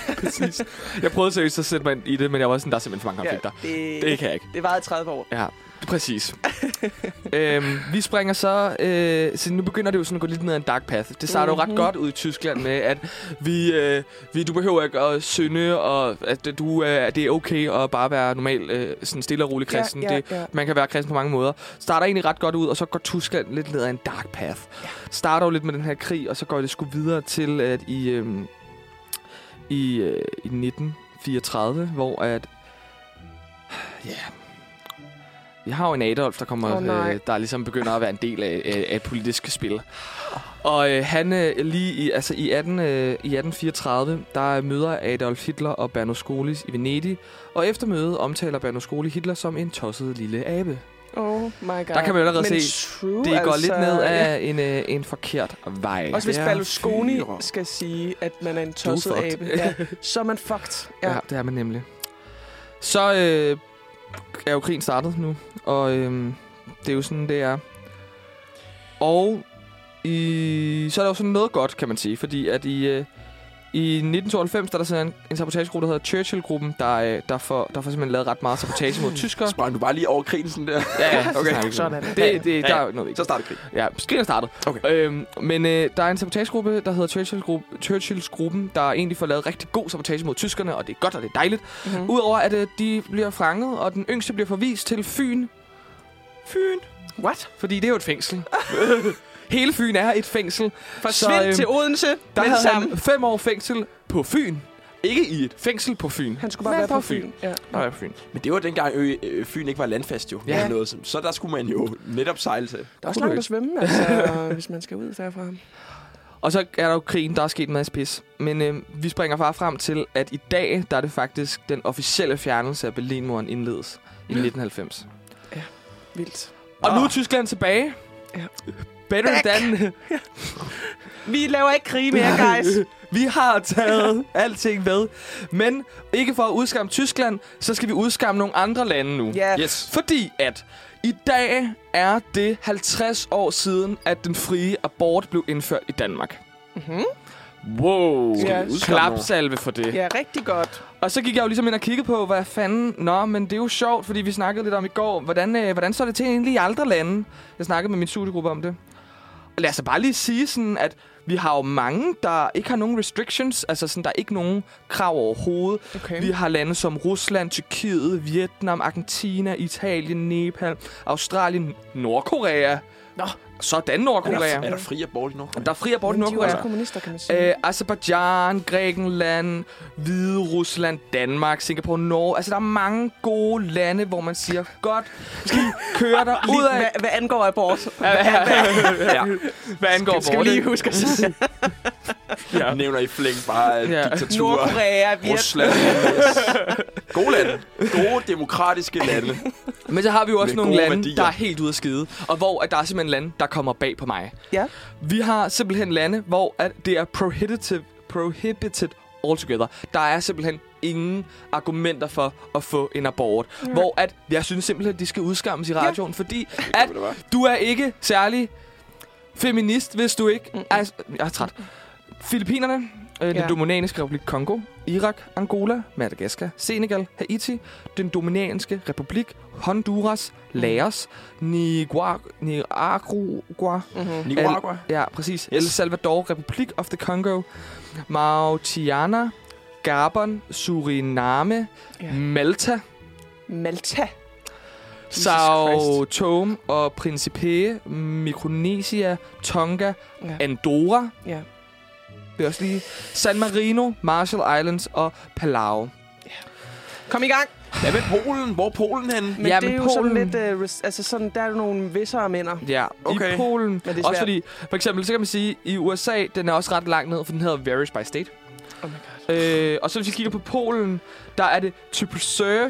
Præcis. Jeg prøvede seriøst at sætte mig ind i det, men jeg var sådan, der er simpelthen for mange konflikter. Det kan jeg ikke. Det varede 30 år. Ja. Præcis. Vi springer så nu begynder det jo sådan at gå lidt ned ad en dark path. Det starter jo ret godt ud i Tyskland med, at du behøver ikke at synde, og at det er okay at bare være normal, sådan stille og rolig kristen. Man kan være kristen på mange måder. Starter egentlig ret godt ud, og så går Tyskland lidt ned ad en dark path. Starter jo lidt med den her krig, og så går det sgu videre til, at i 1934, hvor at... Vi har jo en Adolf, der kommer, der ligesom begynder at være en del af et politisk spil. Og han lige i 1834, der møder Adolf Hitler og Berlusconi i Venedig. Og efter mødet omtaler Berlusconi Hitler som en tosset lille abe. Oh my god. Der kan man jo allerede se, det går lidt ned af en forkert vej. Også hvis Berlusconi skal sige, at man er en tosset abe, så er man fucked. Ja, det er man nemlig. Så er jo krigen startet nu, og det er jo sådan, det er. Og så er der jo sådan noget godt, kan man sige, fordi at i 1992, der er der sådan en sabotagegruppe, der hedder Churchill-gruppen, der får simpelthen lavet ret meget sabotage mod tyskere. Sprang du bare lige over krigen sådan der? Ja, okay. Sådan. Der er noget vigtigt. Så starter krigen. Ja, krigen er startet. Okay. Men der er en sabotagegruppe, der hedder Churchills-gruppen, der egentlig får lavet rigtig god sabotage mod tyskerne, og det er godt, og det er dejligt. Udover at de bliver fanget, og den yngste bliver forvist til Fyn. Fyn? What? Fordi det er jo et fængsel. Hele Fyn er et fængsel. Forsvind til Odense. Der havde han 5 år fængsel på Fyn. Ikke i et fængsel på Fyn. Han skulle bare være på Fyn. Ja. På Fyn. Men det var dengang Fyn ikke var landfast jo. Ja. Noget, så der skulle man jo netop sejle til. Der er også langt at svømme, altså, hvis man skal ud derfra. Og så er der jo krigen, der er sket en masse pis. Men vi springer bare frem til, at i dag, der er det faktisk den officielle fjernelse af Berlinmuren indledes i 1990. Ja, vildt. Og nu er Tyskland tilbage. Ja. Better than... Vi laver ikke krig mere, guys. Vi har taget alting med. Men ikke for at udskamme Tyskland, så skal vi udskamme nogle andre lande nu. Yes. Fordi at i dag er det 50 år siden, at den frie abort blev indført i Danmark. Wow. Klapsalve for det. Ja, rigtig godt. Og så gik jeg jo ligesom ind og kiggede på, hvad fanden... Nå, men det er jo sjovt, fordi vi snakkede lidt om i går. Hvordan står det til egentlig i andre lande? Jeg snakkede med min studiegruppe om det. Og lad os bare lige sige sådan, at vi har jo mange, der ikke har nogen restrictions. Altså sådan, der er ikke nogen krav overhovedet. Okay. Vi har lande som Rusland, Tyrkiet, Vietnam, Argentina, Italien, Nepal, Australien, Nordkorea. Nå. Sådan Nordkorea. Er der fri abort i Nordkorea? Der er fri abort i Nordkorea. De er også kommunister, kan man sige. Azerbaijan, Grækenland, Hvide Rusland, Danmark, Singapore, Norge. Altså, der er mange gode lande, hvor man siger, godt, vi kører der ud af... Hvad angår abort? Hvad angår abort? Skal vi lige huske at sige? Nævner i flæng bare diktaturer. Nordkorea, Rusland. Gode lande. Gode demokratiske lande. Men så har vi jo også nogle lande, værdier. der er helt ude at skide. Og hvor at der er simpelthen lande, der kommer bag på mig. Ja. Vi har simpelthen lande, hvor at det er prohibited altogether. Der er simpelthen ingen argumenter for at få en abort. Ja. Hvor at jeg synes simpelthen, at de skal udskammes i radioen. Fordi at du er ikke særlig feminist, hvis du ikke... Altså, jeg er træt. Filippinerne, den Dominikanske Republik Kongo, Irak, Angola, Madagaskar, Senegal, Haiti, den Dominikanske Republik, Honduras, Laos, Nicaragua. Ja, præcis. El Salvador, Republik of the Congo, Mauritania, Gabon, Suriname, Malta, Sao Tome og Principe, Mikronesia, Tonga, Andorra. Ja. Det er også lige San Marino, Marshall Islands og Palau. Kom i gang! Hvad med Polen? Hvor er Polen henne? Men det er jo Polen. Sådan lidt... altså sådan, der er jo nogle vissere mænder. Ja, okay. I Polen. Også fordi, for eksempel, så kan man sige, i USA, den er også ret langt ned, for den hedder varies by state. Oh my god. Og så hvis vi kigger på Polen, der er det to preserve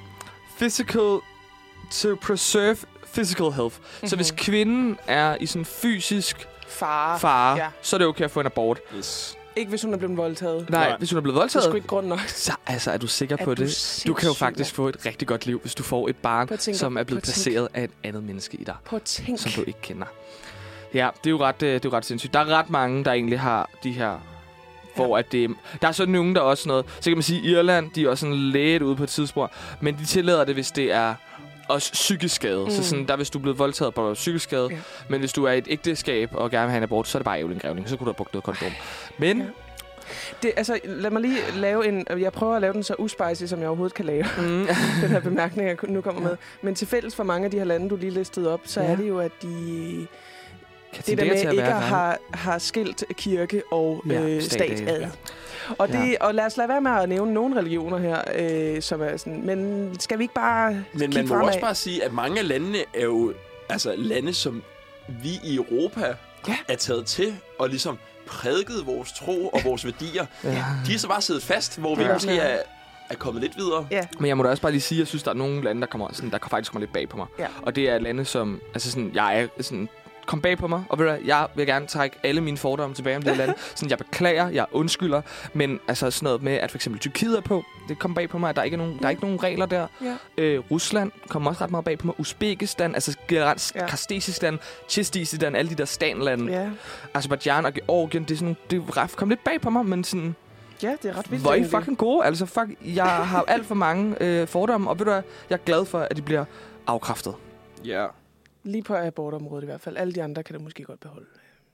physical health. Så hvis kvinden er i sådan fysisk fare, så er det okay at få en abort. Yes. Ikke hvis hun er blevet voldtaget. Nej, hvis hun er blevet voldtaget. Det er sgu ikke grund nok. Så altså, er du sikker på det? Du kan jo faktisk få et rigtig godt liv, hvis du får et barn, som er blevet placeret af et andet menneske i dig. Som du ikke kender. Ja, det er jo ret sindssygt. Der er ret mange, der egentlig har de her... Hvor at det... Der er så nogen, der også noget... Så kan man sige, Irland, de er også sådan lidt ude på et tidsspor. Men de tillader det, hvis det er også psykisk skade. Så sådan, der hvis du er blevet voldtaget på psykisk skade. Ja. Men hvis du er i et ægteskab og gerne vil have en abort, så er det bare ævlengrævning. Så kunne du have brugt noget kondom. Men... Ja. Det, altså, lad mig lige lave en... Jeg prøver at lave den så uspicy, som jeg overhovedet kan lave. Den her bemærkning, jeg nu kommer med. Men til fælles for mange af de her lande, du lige listede op, så er det jo, at de... Det der med ikke har skilt kirke og stat ad. Ja. Og lad os lade være med at nævne nogle religioner her, som er sådan... Men skal vi ikke bare Men man må også bare sige, at mange af landene er jo altså lande, som vi i Europa er taget til og ligesom prædiket vores tro og vores værdier. Ja. De er så bare siddet fast, hvor vi måske er kommet lidt videre. Ja. Men jeg må da også bare lige sige, at jeg synes, der er nogle lande, der faktisk kommer lidt bag på mig. Ja. Og det er lande, som... Altså sådan, jeg er sådan... Kom bag på mig, og ved du, jeg vil gerne trække alle mine fordomme tilbage om det land. Sådan, jeg beklager, jeg undskylder, men altså sådan noget med, at for eksempel Tyrkiet er på, det kom bag på mig, at der ikke er nogen regler der. Ja. Rusland kommer også ret meget bag på mig. Uzbekistan, altså Kazakhistan, Kirgisistan, alle de der stanlande. Ja. Aserbajdsjan og Georgien, det er sådan, det kom lidt bag på mig, men sådan... Ja, det er ret vildt. Hvor er I fucking gode? Altså, jeg har alt for mange fordomme, og ved du hvad, jeg er glad for, at de bliver afkræftet. Ja. Yeah. Lige på abortområdet i hvert fald. Alle de andre kan du måske godt beholde.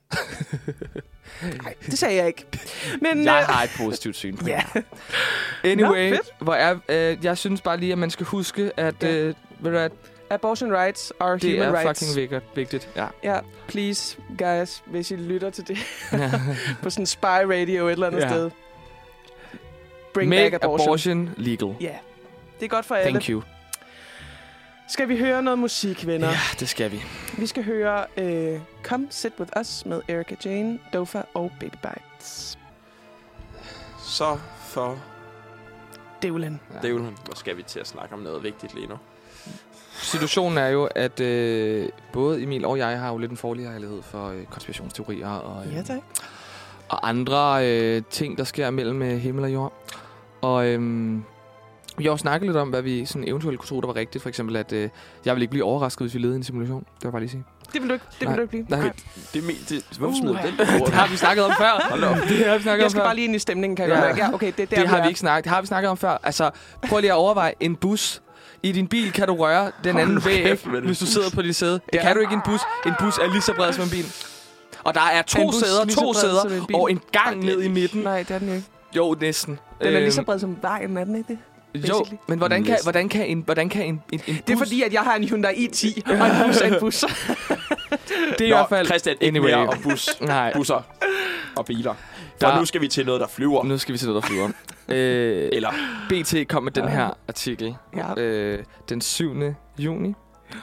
Nej, det sagde jeg ikke. Men, jeg har et positivt syn på det. Anyway, jeg synes bare lige, at man skal huske, at... ved du hvad, abortion rights are human rights. Det er fucking vigtigt. Ja, please, guys, hvis I lytter til det på sådan spy radio et eller andet sted. Bring back abortion legal. Ja, det er godt for alle. Thank you. Skal vi høre noget musik, venner? Ja, det skal vi. Vi skal høre Come Sit With Us med Erika Jane, Dofa og Baby Bites. Så for... Dævlen. Hvor skal vi til at snakke om noget vigtigt lige nu? Situationen er jo, at både Emil og jeg har jo lidt en forlighed for konspirationsteorier og, og andre ting, der sker mellem himmel og jord. Og... vi har jo snakket lidt om, hvad vi sådan eventuelt kunne tro, der var rigtigt. For eksempel, at jeg ville ikke blive overrasket, hvis vi levede i en simulation. Det var bare lige sige. Det vil du ikke blive. Nej. Hvorfor smider den? Det har vi snakket om før. Jeg skal bare lige ind i stemningen, kan jeg godt mærke. Ja, okay, det har vi ikke snakket. Det har vi snakket om før. Altså, prøv lige at overveje en bus. I din bil kan du røre den anden væg, hvis du sidder på dit sæde. Det kan du ikke i en bus. En bus er lige så bred som en bil. Og der er to sæder og en gang ned i midten. Nej, det er den ikke. Jo, næsten. Den er lige så bred som vejen, er den ikke det? Jo, men hvordan kan en bus... Det er fordi, at jeg har en Hyundai i10, og en bus er en bus. Det er i hvert fald... Christian, ikke mere og busser og biler. For nu skal vi til noget, der flyver. Eller BT kom med den her artikel den 7. juni.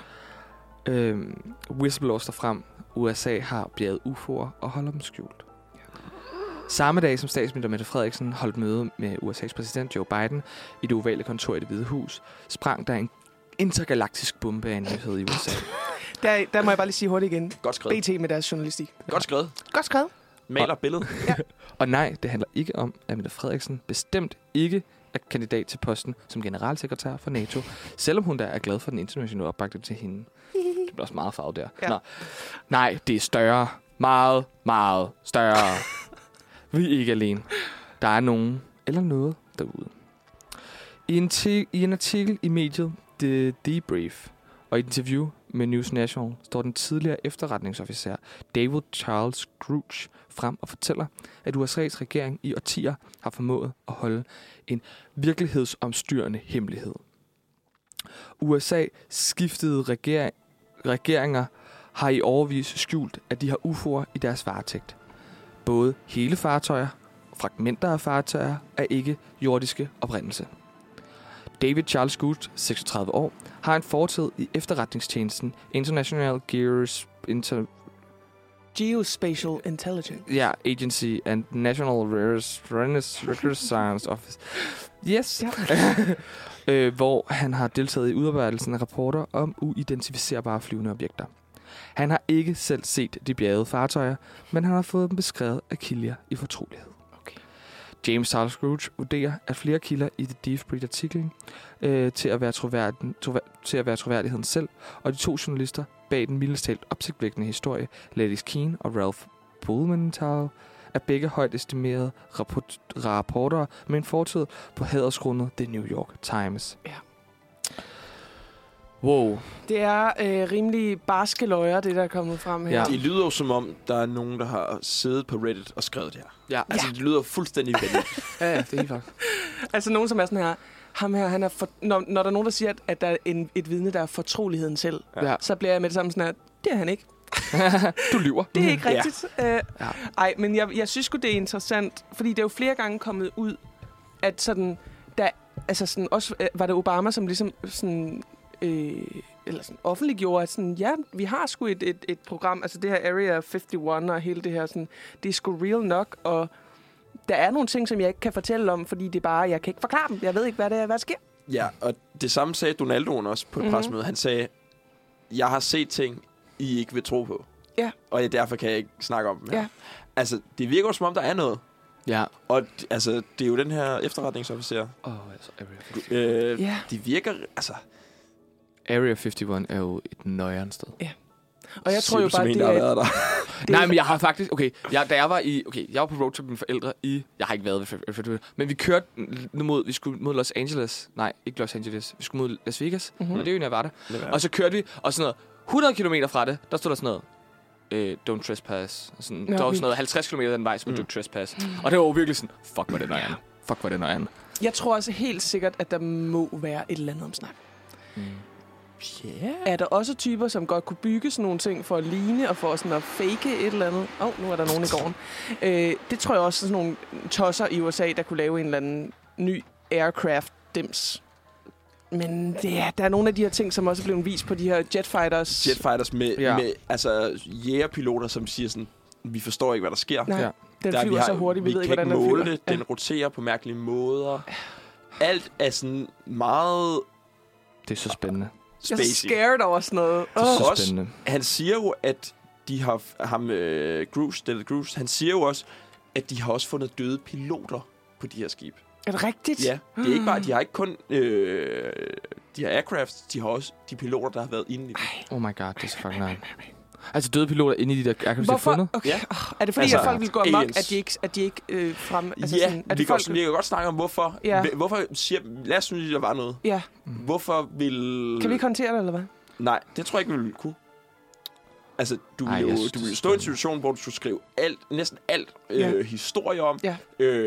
Whistleblowers der frem. USA har bjerget UFO'er og holder dem skjult. Samme dag som statsminister Mette Frederiksen holdt møde med USA's præsident Joe Biden i det ovale kontor i Det Hvide Hus, sprang der en intergalaktisk bombe af en nyhed i USA. Der må jeg bare lige sige hurtigt igen. Godt skrevet. BT med deres journalistik. Godt skrevet. Maler billedet. Ja. Og nej, det handler ikke om, at Mette Frederiksen bestemt ikke er kandidat til posten som generalsekretær for NATO, selvom hun der er glad for den internationale opbakning til hende. Det bliver også meget farvet der. Ja. Nej, det er større. Meget, meget større. Vi er ikke alene. Der er nogen eller noget derude. I en artikel i mediet The Debrief og i et interview med News National står den tidligere efterretningsofficer David Charles Scrooge frem og fortæller, at USA's regering i årtier har formået at holde en virkelighedsomstyrende hemmelighed. USA skiftede regeringer har i årevis skjult, at de har UFO'er i deres varetægt. Både hele fartøjer og fragmenter af fartøjer er ikke jordiske oprindelse. David Charles Scrooge, 36 år, har en fortid i efterretningstjenesten International Geospatial Intelligence. Ja, Agency and National Reconnaissance Office. Yes. Ja. Hvor han har deltaget i udarbejdelsen af rapporter om uidentificerbare flyvende objekter. Han har ikke selv set de bjergede fartøjer, men han har fået dem beskrevet af kilder i fortrolighed. Okay. James Charles Scrooge vurderer, at flere kilder i The Debrief-artiklen til at være troværdigheden selv, og de to journalister bag den mildest talt opsigtvækkende historie, Ladys Keene og Ralph Blumenthal, er begge højt estimerede rapportere med en fortid på hædersgrundet The New York Times. Ja. Wow. Det er rimelig barske løjer, det der er kommet frem her. Ja. Det lyder jo som om, der er nogen, der har siddet på Reddit og skrevet det her. Ja. Altså, det lyder fuldstændig vanvittigt. Ja, det er helt fuck. Altså nogen, som er sådan her, ham her, han er når der er nogen, der siger, at der er et vidne, der er fortroligheden selv, Ja. så bliver jeg med det samme sådan her, det er han ikke. Du lyver. Det er ikke rigtigt. Ja. Ej, men jeg synes sgu, det er interessant, fordi det er jo flere gange kommet ud, at sådan, der, altså sådan, også var det Obama, som ligesom sådan, eller sådan offentliggjorde, at sådan, ja, vi har sgu et program, altså det her Area 51 og hele det her, sådan, det er sgu real nok, og der er nogle ting, som jeg ikke kan fortælle om, fordi det er bare, jeg kan ikke forklare dem. Jeg ved ikke, hvad der sker. Ja, og det samme sagde Donaldoen også på et pressemøde. Han sagde, jeg har set ting, I ikke vil tro på. Ja. Og derfor kan jeg ikke snakke om dem her. Ja. Altså, det virker jo som om, der er noget. Ja. Og altså, det er jo den her efterretningsofficer. Altså, Area 51. Ja. De virker, altså... Area 51 er jo et nøjeren sted. Ja. Og jeg tror jo bare, som en, det der har er... været der. Nej, men jeg har faktisk... Okay, jeg var på roadtrip med mine forældre i... Jeg har ikke været ved 51, men vi kørte vi skulle mod Los Angeles. Nej, ikke Los Angeles. Vi skulle mod Las Vegas. Mhm. Og det er jo, når jeg var der. Og så kørte vi, og sådan noget 100 kilometer fra det, der stod der sådan noget... don't trespass. Sådan, der var sådan noget 50 km den vej, som don't trespass. Og det var jo virkelig sådan... Fuck, hvor det nøjeren. Fuck, hvor det nøjeren. Jeg tror også helt sikkert, at der må være et eller andet om snak. Yeah. Er der også typer, som godt kunne bygge sådan nogle ting for at ligne og for sådan at fake et eller andet? Nu er der nogen i gården. Det tror jeg også er sådan nogle tosser i USA, der kunne lave en eller anden ny aircraft-dims. Men der er nogle af de her ting, som også er blevet vist på de her jetfighters. Jetfighters med altså jægerpiloter, som siger sådan, vi forstår ikke, hvad der sker. Nej, Ja. den flyver så hurtigt, vi ved ikke, hvordan den måle flyver. det, den roterer på mærkelige måder. Alt er sådan meget Det er så spændende. Jeg er så scared over sådan noget. Det er så Også, spændende. han siger jo, at de har David Cruz, han siger jo også, at de har også fundet døde piloter på de her skib. Er det rigtigt? Ja, det er ikke bare, de har ikke kun de her aircrafts, de har også de piloter, der har været inde i dem. Oh my god, det er så fucking nøjeren. Altså døde piloter inde i de der aircraft, de har Hvorfor? fundet? Okay. Ja. Er det fordi, Altså, at folk vil gå amok, aliens. at de ikke frem... Altså Ja, sådan, at vi folk... kan godt snakke om, hvorfor. Ja. Hvorfor siger... Lad os synes, der var noget. Ja. Hvorfor vil... Kan vi ikke håndtere det, eller hvad? Nej, det tror jeg ikke, vi ville kunne. Altså, du Ej, ville jeg jo synes, du det ville er stå i en spændende. situation, hvor du skulle skrive næsten alt Ja. historie om, Ja.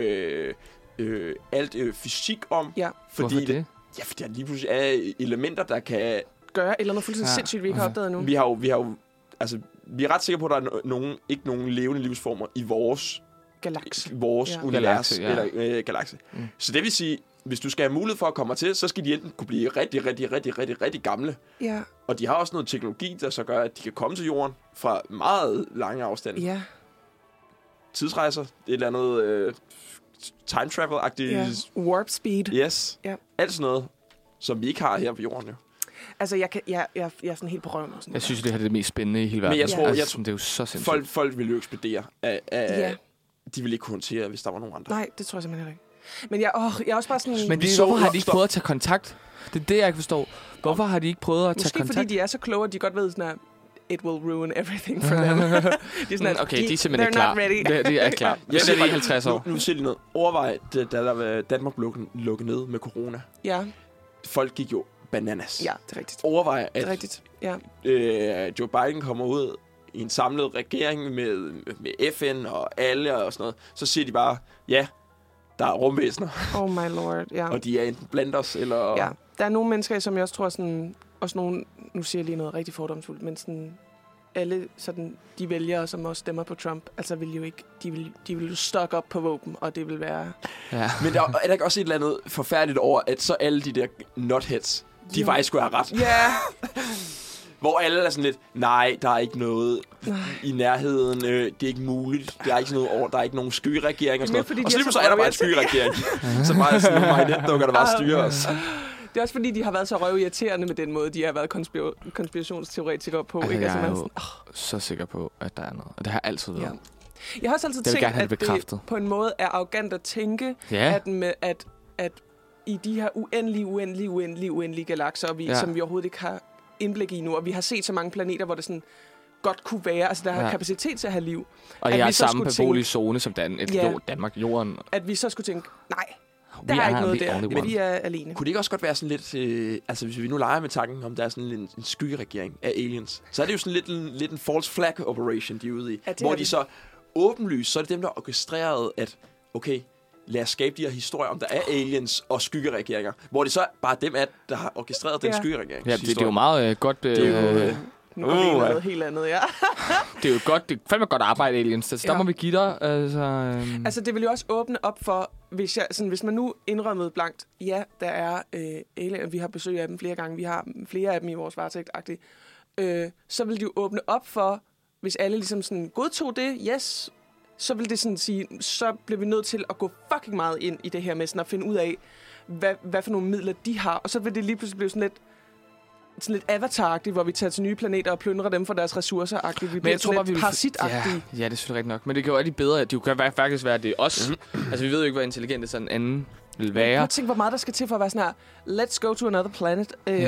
alt fysik om. Ja. Hvorfor det? Ja, fordi der lige pludselig er elementer, der kan... Gøre et eller andet fuldstændig Ja. sindssygt, vi ikke har opdaget nu. Vi har jo altså, vi er ret sikre på, at der er ikke nogen levende livsformer i vores Galaks. Ja. Ja. univers Galakse, ja. eller galakse. Så det vil sige, hvis du skal have mulighed for at komme til, så skal de enten kunne blive rigtig gamle. Ja. Og de har også noget teknologi, der så gør, at de kan komme til jorden fra meget lange afstande. Ja. Tidsrejser, et eller andet time travel-agtigt. Ja. Warp speed. Yes. Ja. Alt sådan noget, som vi ikke har her på jorden. Jo. Altså, jeg er sådan helt på røven. Og sådan Jeg synes, det her er det mest spændende i hele verden. Men jeg tror, altså, det er jo så sindssygt. Folk vil jo ekspedere. Ja. De vil ikke kunne håndtere, hvis der var nogen andre. Nej, det tror jeg simpelthen ikke. Men jeg er også bare sådan... Men hvorfor har de ikke prøvet at tage kontakt? Det er det, jeg ikke forstår. Hvorfor har de ikke prøvet at tage Måske kontakt? fordi de er så kloge, at de godt ved sådan her, it will ruin everything for them. De er sådan, Okay, de er simpelthen ikke klar. They're not ready. Det er klar. Jeg ser det i 50 år. Nu siger de noget. Overvej, da Danmark lukket ned med corona. Ja, Folk gik jo bananas. ja, det er rigtigt. Overvej, Det er at rigtigt, ja. Joe Biden kommer ud i en samlet regering med FN og alle og sådan noget. Så siger de bare, ja, der er rumvæsener, Oh my lord, ja. og de er enten blandt os, eller... Ja, der er nogle mennesker, som jeg også tror sådan... Også nogle, nu siger jeg lige noget rigtig fordomsfuldt, men sådan... Alle sådan, de vælgere, som også stemmer på Trump, altså vil jo ikke... De vil jo stokke op på våben, og det vil være... Ja. Men er der ikke også et eller andet forfærdeligt over, at så alle de der nutheads, de Jo. faktisk skulle have ret? Ja! Hvor alle er sådan lidt, nej, der er ikke noget i nærheden, det er ikke muligt, der er ikke sådan noget over, der er ikke nogen skyggeregering og sådan Det er mere, fordi noget. Og de så er lige så så er der bare en røvirriterende. skyggeregering. Så bare sådan nogle marionetdukker, der bare styrer os. Det er også fordi, de har været så røvirriterende med den måde, de har været konspirationsteoretikere på. Altså, Ikke? jeg er man jo sådan, så sikker på, at der er noget. Og det har jeg altid været. ja. Jeg har også altid Jeg vil tænkt, gerne have at det det bekræftet. på en måde er arrogant at tænke, Ja. at i de her uendelige galakser, som vi overhovedet ikke har indblik i nu, og vi har set så mange planeter, hvor det sådan godt kunne være, altså der har kapacitet til at have liv. Og at jeg er vi så samme skulle beboelige zone som Danmark, Jorden. At vi så skulle tænke, nej, Der er ikke noget the der, only men one. vi er alene. Kunne det ikke også godt være sådan lidt... altså, hvis vi nu leger med tanken, om der er sådan en skyggeregering af aliens, så er det jo sådan lidt en false flag operation, de er ude i. Ja, det hvor er de det. så åbenlyst, så er det dem, der har orkestreret, at okay, lad os skabe de her historier, om der er aliens og skyggeregeringer. Hvor det så bare dem, der har orkestreret den skyggeregering. Ja, det er jo meget godt... Det er jo... Nu går vi ind i noget helt andet, ja. Det er jo godt, det er fandme godt arbejde, aliens. Så der må vi give dig. Altså, det vil jo også åbne op for, hvis man nu indrømmede blankt, ja, der er aliens, vi har besøg af dem flere gange, vi har flere af dem i vores varetægt-agtigt, så vil det jo åbne op for, hvis alle ligesom sådan godtog det, yes, så vil det sådan sige, så bliver vi nødt til at gå fucking meget ind i det her med sådan at finde ud af, hvad for nogle midler de har, og så vil det lige pludselig blive sådan lidt avatar-agtigt, hvor vi tager til nye planeter og plyndrer dem for deres ressourcer-agtigt. Vi bliver sådan lidt parasit-agtige. Ja, det er selvfølgelig rigtigt nok. Men det kan jo rigtig bedre. Det kan faktisk være, at det er os. Altså, vi ved jo ikke, hvor intelligent sådan en anden vil være. Jeg tænker, hvor meget der skal til for at være sådan her, let's go to another planet. Hvad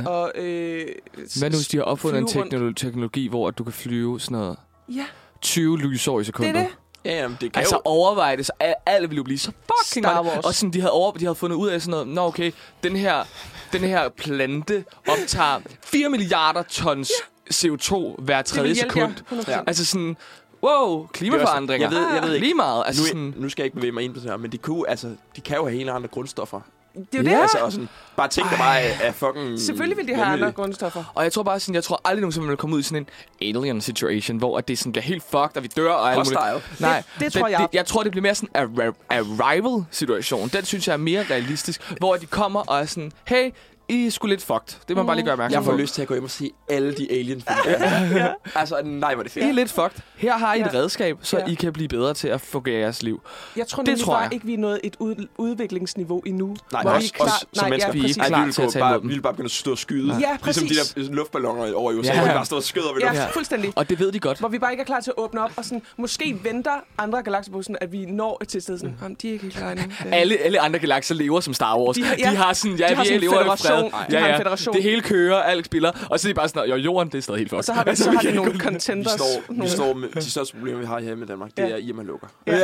nu, hvis de har opfundet en teknologi, hvor du kan flyve sådan noget 20 lysår i sekundet? Det er det. Ja, jamen, det kan altså jo... overveje det, så alle ville jo blive så fucking Star meget. Wars. Og sådan, de havde fundet ud af sådan noget, nå okay, den her plante optager 4 milliarder tons CO2 hver tredje sekund. Ja. Altså sådan, wow, klimaforandringer. Jeg ved ikke. Lige meget. Altså Nu skal jeg ikke bevæge mig ind på det her, men de kan jo have helt andre grundstoffer. Det er jo det. Altså, og sådan, bare tænk dig bare af fucking... Selvfølgelig vil de have andre grundstoffer. Og jeg tror bare sådan, jeg tror aldrig nogensinde, man vil komme ud i sådan en alien situation, hvor det sådan bliver helt fucked, og vi dør og alt muligt. Nej, det tror jeg. Jeg tror, det bliver mere sådan en arrival situation. Den synes jeg er mere realistisk, hvor de kommer og er sådan, hey, I er sgu lidt fucked. Det må man bare lige gøre opmærksom på. Jeg får lyst til at gå hjem og se alle de alien-film. Altså, nej, hvor det fedt. I er lidt fucked. Her har I et redskab, så I kan blive bedre til at fungere jeres liv. Jeg tror nemlig bare ikke, vi er nået et udviklingsniveau endnu. Nej, hvor også som mennesker. Vi er ikke klar til at tage imod dem. Vi vil bare begynde at stå og skyde. Ja, præcis. Ligesom de der luftballoner over i USA, hvor de bare står og skyder ved luften. Ja, fuldstændig. Og det ved de godt. Hvor vi bare ikke er klar til at åbne op, og sådan, måske venter andre galakser på sådan, at vi når et sted sådan, de er ikke helt klar endnu. Alle andre galakser lever som Star Wars. De har sådan, vi lever i fred. Det hele kører, alt spiller, og så er de bare sådan, jorden, det er stadig helt fucked. Og så har de nogle contenders. Vi står med de største problemer, vi har her med Danmark, det er i, at man lukker. De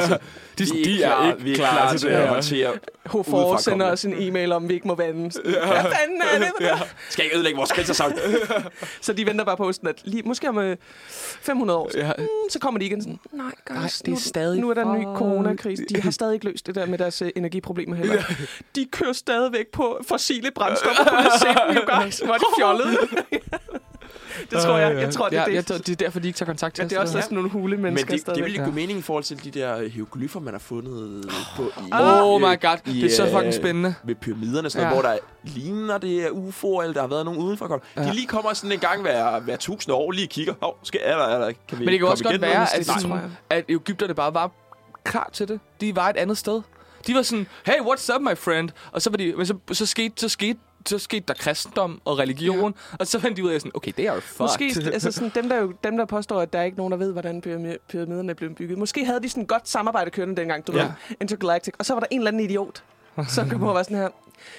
er ikke klar til at håndtere. HFOR sender os en e-mail om, vi ikke må vande. Hvad fanden er det? Skal ikke ødelægge vores grænser. Så de venter bare på sådan, at måske om 500 år, så kommer de igen sådan, nej, guys, det er stadig nu er der en ny coronakrise. De har stadig ikke løst det der med deres energiproblemer heller. De kører stadigvæk på fossile brændstoffer på Lyseten, you guys. Hvor er de fjollede. Det tror jeg. Jeg tror, det er det. Det er derfor, de ikke tager kontakt til os. Det er også sådan nogle hule mennesker. Men det vil ikke give mening i forhold til de der hieroglyffer, man har fundet på i... Oh my god, det er så fucking spændende. Ved pyramiderne, sådan noget, hvor der ligner det er UFO'er, eller der har været nogen udenfor. De lige kommer sådan en gang hver 1000 år, lige kigger. Kan vi men det kan også godt være, at Egypterne bare var klar til det. De var et andet sted. De var sådan, hey, what's up, my friend? Og så var de, men så skete der kristendom og religion, og så fandt de ud af sådan, okay, det er fucked. Måske altså sådan, dem der påstår, at der er ikke nogen, der ved, hvordan pyramiderne blev bygget. Måske havde de sådan et godt samarbejde kørende dengang, du ved, Intergalactic, og så var der en eller anden idiot, som kan være sådan her,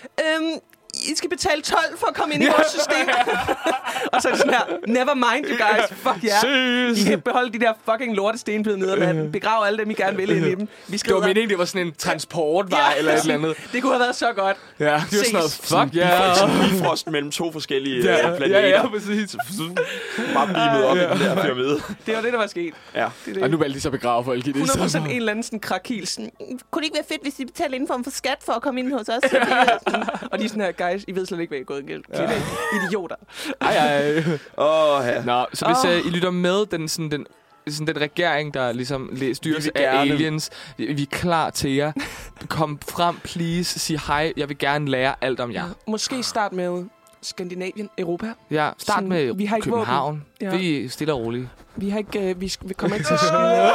I skal betale 12 for at komme ind i vores system. Og så er det sådan her, never mind you guys, fuck yeah. I kan beholde de der fucking lorte stenpyramider, man begraver alle dem, I gerne vil ind i dem. Det var meningen, det var sådan en transportvej eller et eller andet. Det kunne have været så godt. Ja, det var sådan noget, fuck yeah. Bifrost mellem to forskellige planeter. Ja, præcis. Bare beamet op i den der pyramide. Det var det, der var sket. Ja. Det. Og nu valgte de så begrave folk i det. 100% en eller anden sådan krakil. Sådan, kunne det ikke være fedt, hvis de betalte inden for skat for at komme ind hos os? Og de er sådan her, guys, I ved slet ikke, hvad I er gået galt. Idioter. Ej. Ja. Nå, så hvis I lytter med, den regering, der ligesom styres af aliens, vi er klar til jer. Kom frem, please. Sig hej. Jeg vil gerne lære alt om jer. Måske start med Skandinavien, Europa. Ja, start med vi har København. Ja. Vi er stille og rolige. Vi har ikke, vi kommer ikke til at skyde.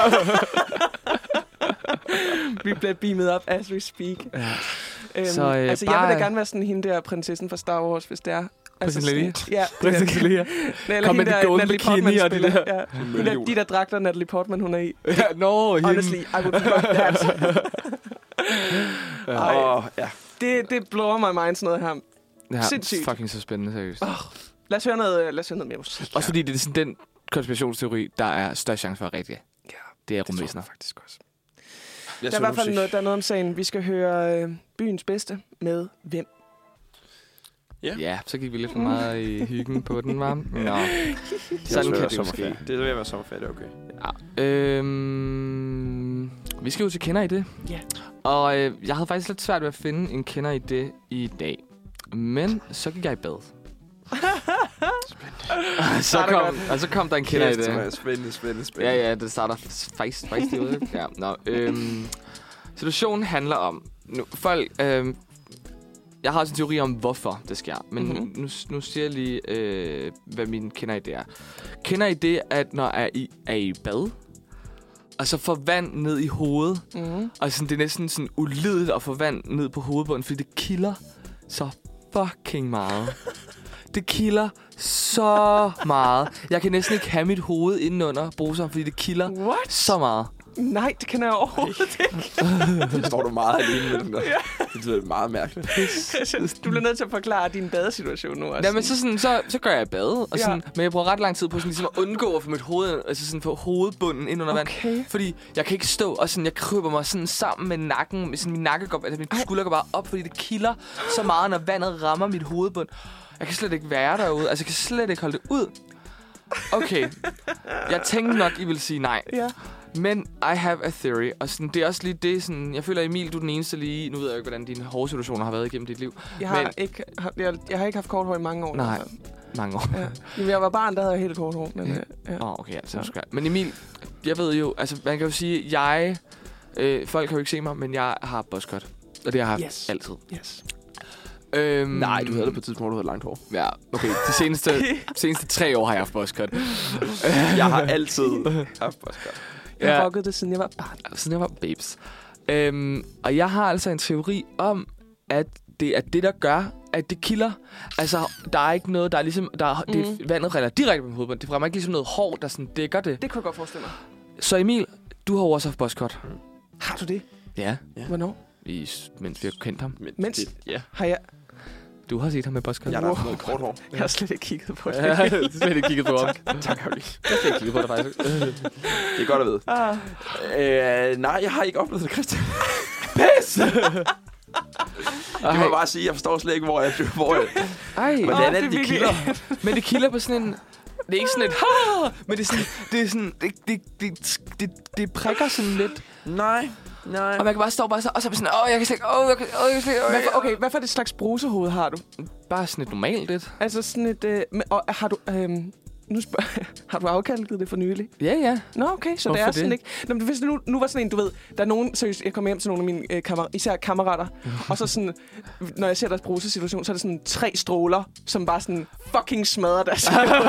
Vi bliver beamet op as we speak. Ja. Så, altså, jeg vil da gerne være sådan hende der prinsessen fra Star Wars, hvis det er. Prinsesse Leia? Ja. Prinsesse Leia. Kom med de golden bikini og det der. Ja. De der dragter, Natalie Portman, hun er i. Ja, honestly, I would love that. Det blower my mind, sådan noget her. Ja, sindssygt. Fucking så spændende, seriøst. Lad os høre noget mere musik. Også fordi det er sådan den konspirationsteori, der er størst chance for at rigtige. Ja, det er rumvæsener. faktisk også. Der er i hvert fald noget, der er noget om sagen. Vi skal høre byens bedste med hvem? Ja, så gik vi lidt for meget i hyggen på den, var. Nå. Sådan kan det jo ske. Det vil være sommerferie, det er okay. Ja. Vi skal jo til kender i det. Ja. Og jeg havde faktisk lidt svært ved at finde en kender i det i dag. Men så gik jeg i bad. så kom der en kender i det. Spændende. Ja, det starter faktisk ud. Ja, nå. Situationen handler om... Folk... jeg har også en teori om, hvorfor det sker. Men nu siger jeg lige, hvad min kender i det er. Kender I det, at når I er i bad, og så får vand ned i hovedet, og sådan, det er næsten sådan ulideligt at få vand ned på hovedbunden, fordi det kilder så fucking meget. Det kilder så meget. Jeg kan næsten ikke have mit hoved indenunder bruseren, fordi det kilder så meget. Nej, det kan jeg overhovedet ikke. Det står du meget alene med den der. Ja. Det lyder meget mærkeligt. Du bliver nødt til at forklare din badesituation nu også. Ja, men så gør jeg bad, og sådan, men jeg bruger ret lang tid på sådan, ligesom at undgå at få mit hoved, altså sådan få hovedbunden ind under vand. Fordi jeg kan ikke stå, og sådan, jeg kryber mig sådan sammen med nakken, med sådan min nakke går, altså min skulder går bare op, fordi det kilder så meget, når vandet rammer mit hovedbund. Jeg kan slet ikke være derude, altså jeg kan slet ikke holde det ud. Okay, jeg tænkte nok, I vil sige nej. Ja. Men I have a theory, og sådan, det er også lige det, sådan, jeg føler, Emil, du er den eneste lige, nu ved jeg ikke, hvordan dine hårde situationer har været igennem dit liv. Jeg har ikke haft kort hår i mange år. Nej, mange år. Ja. Jamen, jeg var barn, der havde jeg helt kort hår. Men, okay, altså, ja. Men Emil, jeg ved jo, altså man kan jo sige, folk kan jo ikke se mig, men jeg har buzzcut, og det har jeg haft altid. Yes. Nej, du havde det på et tidspunkt, du havde langt hår. Ja, okay. De seneste 3 år har jeg haft buzzcut. Jeg har altid haft buzzcut. Jeg har rocket det, siden jeg var barn. Siden jeg var babes. Og jeg har altså en teori om, at det er det, der gør, at det kilder. Altså, der er ikke noget, der er ligesom... det er vandet render direkte på min hovedbund. Det fremmer ikke ligesom noget hår, der sådan dækker det. Det kunne jeg godt forestille mig. Så Emil, du har også haft buzzcut. Har du det? Ja. Hvornår? Mens vi har kendt ham. Har jeg... Du har set ham med buzzcut. Jeg har haft noget kort hår. Jeg har slet ikke kigget på det. Jeg har slet ikke kigget på ham. Tak, Harry. Jeg har slet ikke kigget på det, faktisk. Det er godt at vide. Nej, jeg har ikke oplevet det, Christian. Pis! Det må bare sige, jeg forstår slet ikke, hvor jeg... Hvordan er det kilder? Men det kilder på sådan en... Det er ikke sådan et... Men det er sådan... Det prikker sådan lidt. Nej. Og man kan bare stå og så er sådan... jeg kan slet ikke... Okay, hvad for et slags brusehoved har du? Bare sådan et normalt lidt. Altså sådan et... har du... har du afkalket det for nylig? Ja. Nå, okay, så hvorfor det er sådan ikke... Nå, men hvis det nu var sådan en, du ved... Der er nogen... Seriøst, jeg kommer hjem til nogle af mine især kammerater, og så sådan... Når jeg ser deres brusesituation, så er det sådan 3 stråler, som bare sådan fucking smadrer deres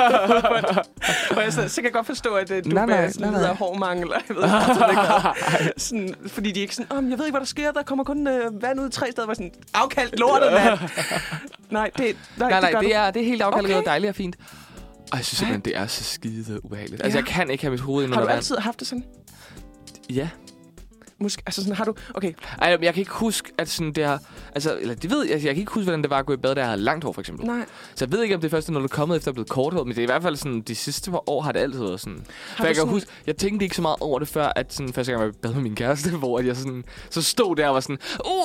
og så kan jeg godt forstå, at du lider af hårmangel, eller jeg ved ikke, sådan, fordi de ikke sådan... jeg ved ikke, hvad der sker, der kommer kun vand ud 3 steder, hvor sådan... Afkaldt lortet, mand! Nej, det er helt afkalket og dejligt og fint. Og jeg synes simpelthen, det er så skide ubehageligt. Altså, jeg kan ikke have mit hoved ind under vand. Har du altid haft det sådan? Ja. Måske, altså sådan, har du... Okay. Ej, jeg kan ikke huske, at sådan det har... Altså, eller det ved jeg. Jeg kan ikke huske, hvordan det var at gå i bad, da jeg havde langt hår, for eksempel. Nej. Så jeg ved ikke, om det første, når du er kommet efter at blive korthåret, men det er i hvert fald sådan, de sidste år har det altid været sådan. For jeg kan huske, jeg tænkte ikke så meget over det før, at sådan, første gang jeg var i bad med min kæreste, hvor jeg sådan, så stod der og var sådan,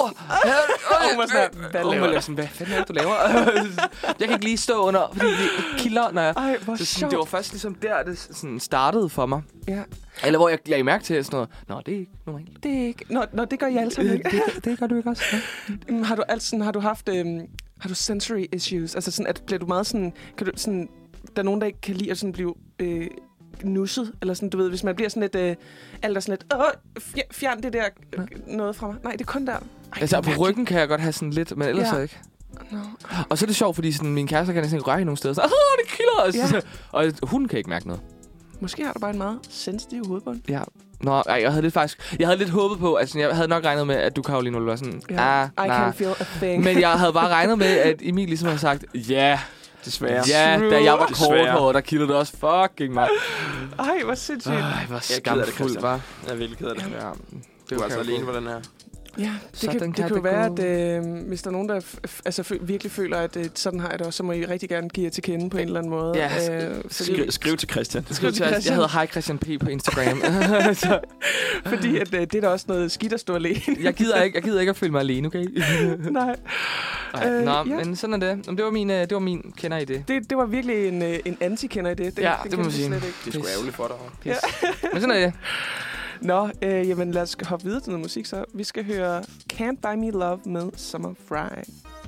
hvad fanden er det, du laver? Jeg kan ikke lige stå under, fordi det kilder, når jeg... Ej, hvor så det var først ligesom der, det sådan startede for mig. Ja. Eller hvor jeg lagde mærke til sådan noget. Nå, det er ikke normalt. Det er ikke... Nå, det gør jeg altid ikke. Det gør du ikke også. Ja. Har du haft... har du sensory issues? Altså sådan, at bliver du meget sådan... Kan du sådan... Der er nogen, der ikke kan lide at sådan blive... nusset, eller sådan, du ved, hvis man bliver sådan lidt... alt er sådan lidt... fjern det der noget fra mig. Nej, det er kun der. Altså, på ryggen kan jeg godt have sådan lidt, men ellers så ikke. No. Og så er det sjovt, fordi sådan, min kæreste kan næsten røre i nogle steder. Så, det kilder! Og hun kan ikke mærke noget. Måske har du bare en meget sensitiv hovedbund. Ja. Nå, jeg havde lidt håbet på, altså jeg havde nok regnet med, at du, Karoline, var sådan, I can't feel a thing. Men jeg havde bare regnet med, at Emil ligesom havde sagt, desværre. Ja, da jeg var korthåret, der kildede det også fucking mig. Ej, hvor sindssygt. Hvor skamfuldt, var. Jeg er virkelig ked af det. Ja, det var altså alene på den her. Ja, det kan jo være, at hvis der er nogen, der virkelig føler, at sådan har jeg det også, så må I rigtig gerne give jer til kende på en eller anden måde. Ja, skriv til Christian. Skriv til Christian. Jeg hedder Hej Christian P. på Instagram. Fordi at, det er da også noget skidt at stå alene. Jeg gider ikke at føle mig alene, okay? Nej. Men sådan er det. Det var min kender i det. Det var virkelig en anti-kender i det. Det må man sige. Det er sgu ærgerligt for dig. Ja. Men sådan er det. Nå, jamen lad os hoppe videre til noget musik så. Vi skal høre Can't Buy Me Love med Summer Fry.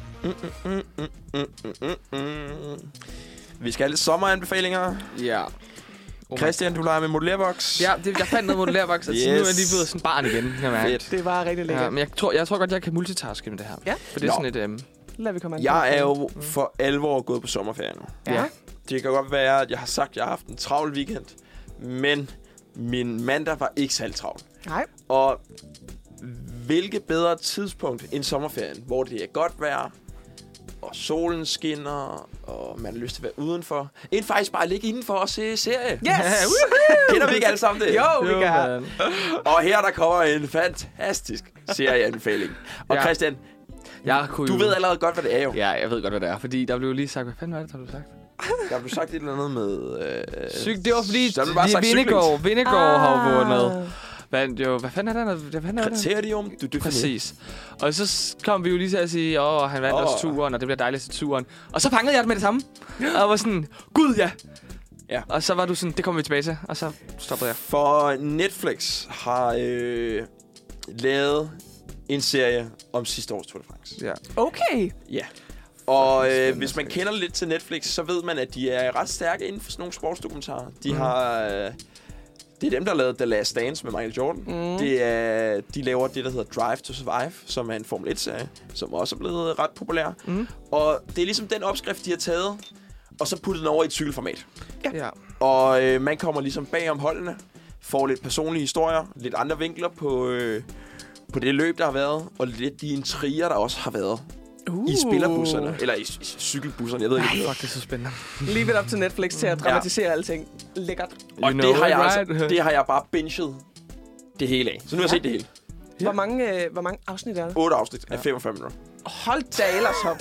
Vi skal have lidt sommeranbefalinger. Ja. Christian, du leger med modellervoks. Ja, jeg fandt noget modellervoks, og nu er jeg lige blevet sådan barn igen. Det var rigtig lækkert. Ja, men jeg tror godt, jeg kan multitaske med det her. Ja. For det er sådan et... Lad vi komme an. Jeg er jo for alvor gået på sommerferie nu. Ja. Det kan godt være, at jeg har sagt, at jeg har haft en travl weekend, men min mandag var ikke særlig travl. Nej. Og hvilket bedre tidspunkt end sommerferien, hvor det er godt vejr, og solen skinner, og man har lyst til at være udenfor, end faktisk bare at ligge indenfor og se serie. Yes! Kender vi ikke alle sammen det? Jo, vi kan. Og her der kommer en fantastisk serieanbefaling. Og ja. Christian, du ved allerede godt, hvad det er jo. Ja, jeg ved godt, hvad det er, fordi der blev lige sagt, hvad fanden var det, har du sagt? Der blev sagt et eller andet med... det var fordi, Vindegård har vundet. Hvad fanden er det? Kriterium du Præcis. Og så kom vi jo lige til at sige, han vandt også turen, og det bliver dejligt til turen. Og så fangede jeg det med det samme. Og jeg var sådan, gud ja! Ja. Og så var du sådan, det kommer vi tilbage til, og så stoppede jeg. For Netflix har lavet en serie om sidste års Tour de France. Ja. Okay. Ja. Og hvis man kender lidt til Netflix, så ved man, at de er ret stærke inden for sådan nogle sportsdokumentarer. De har... det er dem, der har lavet The Last Dance med Michael Jordan. De laver det, der hedder Drive to Survive, som er en Formel 1-serie, som også er blevet ret populær. Og det er ligesom den opskrift, de har taget, og så puttet den over i et cykelformat. Ja. Og man kommer ligesom bag om holdene, får lidt personlige historier, lidt andre vinkler på det løb, der har været, og lidt de intriger, der også har været. I spillerbusserne, eller i cykelbusserne, jeg ved ikke. Fuck, det er så spændende. Leave it up til Netflix til at dramatisere alting. Lækkert. Og det har jeg bare binget det hele af. Så nu har jeg set det hele. Hvor mange afsnit er der? 8 afsnit af 45 minutter. Hold da ellers op.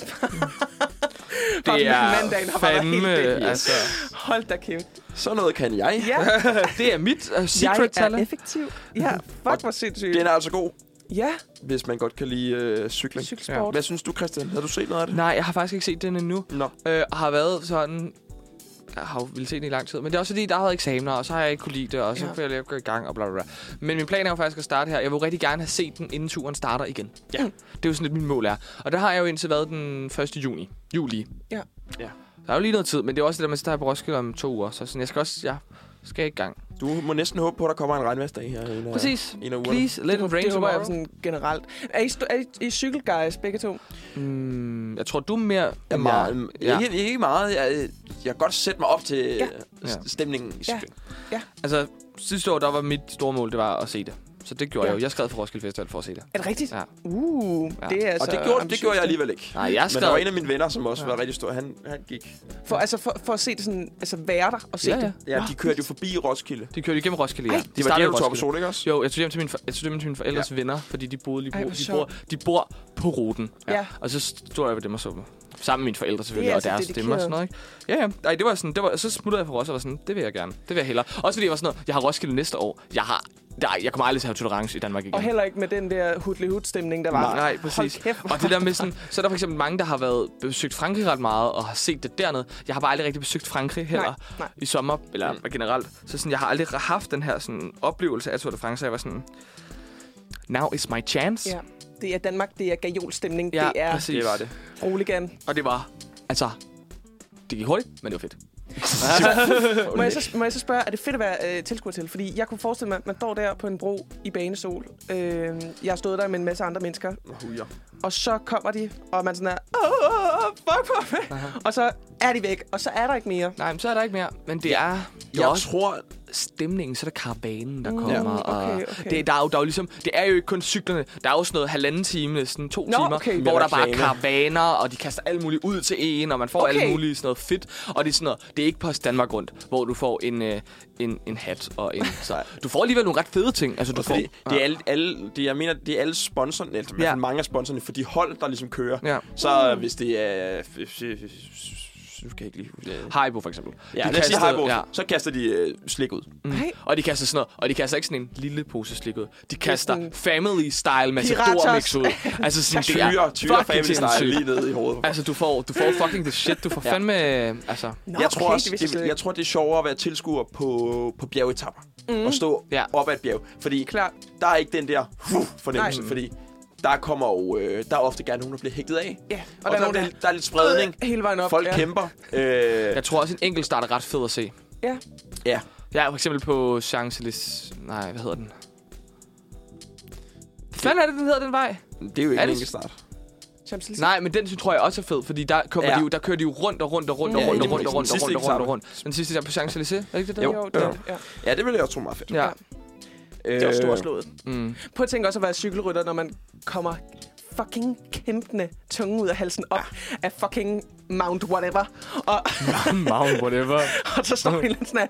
Det er fandme, altså. Hold da kæft. Så noget kan jeg. Ja. Det er mit secret talent. Jeg er effektiv. Ja, fuck hvor sindssygt. Den er altså god. Ja. Hvis man godt kan lide cykling. Cykelsport. Hvad synes du, Christian? Har du set noget af det? Nej, jeg har faktisk ikke set den endnu. Har været sådan... Jeg har jo ville se den i lang tid. Men det er også fordi, der har været eksamener, og så har jeg ikke kunne lide det, og så får jeg gå i gang, og bla bla bla. Men min plan er jo faktisk at starte her. Jeg vil rigtig gerne have set den, inden turen starter igen. Ja. Det er jo sådan lidt min mål er. Og der har jeg jo indtil været den 1. juli. Ja. Der er jo lige noget tid, men det er også det der med, at der er på Roskilde om 2 uger. Så sådan, jeg skal i gang. Du må næsten håbe på, at der kommer en regnværsdag her. Præcis. En af ugerne. Please, let it rain tomorrow. Sådan generelt. Er I cykelguys begge to? Jeg tror, du er mere... Ikke meget. Jeg kan godt sætte mig op til stemningen i cykling. Ja. Altså, sidste år, der var mit store mål, det var at se det. Så det gjorde jeg jo. Jeg skrev for Roskilde Festival for at se det. Er det rigtigt? Ja. Det er altså og det gjorde jeg alligevel ikke. Nej, jeg skrev... Men der var en af mine venner, som også var rigtig stor. Han gik... For at se det sådan... Altså være der og se det? Ja, de kørte jo forbi Roskilde. De kørte igennem Roskilde, ja. De var hjem til Roskilde, ikke også? Jo, jeg tog hjem til mine forældres venner, fordi de bor på ruten. Ja. Og så stod jeg ved dem og så sammen med mine forældre selvfølgelig, og deres stemmer og sådan noget, ikke? Ja. Ej, det var sådan... Så smuttede jeg fra Roskilde og var sådan, det vil jeg gerne. Det vil jeg hellere. Også fordi jeg var sådan noget, jeg har Roskilde næste år. Jeg kommer aldrig til at have tolerance i Danmark igen. Og heller ikke med den der hudli-hud-stemning, der var. Nej, præcis. Og det der med sådan... Så er der for eksempel mange, der har været besøgt Frankrig ret meget, og har set det dernede. Jeg har bare aldrig rigtig besøgt Frankrig heller i sommer, eller generelt. Så sådan, jeg har aldrig haft den her sådan, oplevelse af Tour de France, jeg var sådan... Now is my chance. Ja. Det er Danmark, det er gajol-stemning, ja, det er... præcis. Det var det. Roligan. Og det var... Altså... Det gik hurtigt, men det var fedt. Må jeg så spørge, er det fedt at være tilskuer til? Fordi jeg kunne forestille mig, at man står der på en bro i banesol. Jeg har stået der med en masse andre mennesker. Og så kommer de, og man sådan er... Fuck. Og så er de væk, og så er der ikke mere. Nej, men så er der ikke mere. Men det er jo Jeg også tror... stemningen, så er der karavanen, der kommer. Okay. Og der er jo ligesom, det er jo ikke kun cyklerne. Der er også noget 1,5 time, næsten 2 timer, okay. hvor der bare er Med karavaner, og de kaster alt muligt ud til en, og man får alt muligt sådan noget fedt. Og det er sådan noget, det er ikke Post Danmark rundt, hvor du får en hat og en... Så du får alligevel nogle ret fede ting. Altså, du får, det er jeg mener, det er alle sponsorerne, altså i hvert fald mange af sponsorerne, for de hold, der ligesom kører. Ja. Så hvis det er... Nu kan jeg ikke lige huske. Haribo for eksempel. Ja, lad os sige Haribo. Ja. Så kaster de slik ud. Og de kaster sådan noget, og de kaster ikke sådan en lille pose slik ud. De kaster sådan family style Matador mix ud. Altså sådan Tyre family style lige ned i hovedet. Altså du får fucking the shit. Du får fandme altså. Jeg tror det er sjovere at være tilskuer på bjergetapper og stå op ad et bjerg, fordi Klart. der er ikke den der fornemmelse, fordi der kommer jo der er ofte gerne nogen, der bliver hægtet af. Ja, og der er lidt spredning. Hele vejen op. Folk kæmper. Jeg tror også, en enkelt start er ret fed at se. Ja. Ja. Ja, for eksempel på Champs-Élysées... Nej, hvad hedder den? Hvad fanden er det, den hedder, den vej? Det er jo ikke en enkelt start. Nej, men den tror jeg også er fed, fordi der kører de jo rundt. Den sidste der på Champs-Élysées, er det ikke det der? Jo, ja, det ville jeg også tro meget fedt. Ja. Det er storslået. Prøv at tænke også at være cykelrytter, når man kommer fucking kæmpende tunge ud af halsen op af fucking Mount whatever. Og Mount whatever. og så står en eller anden sådan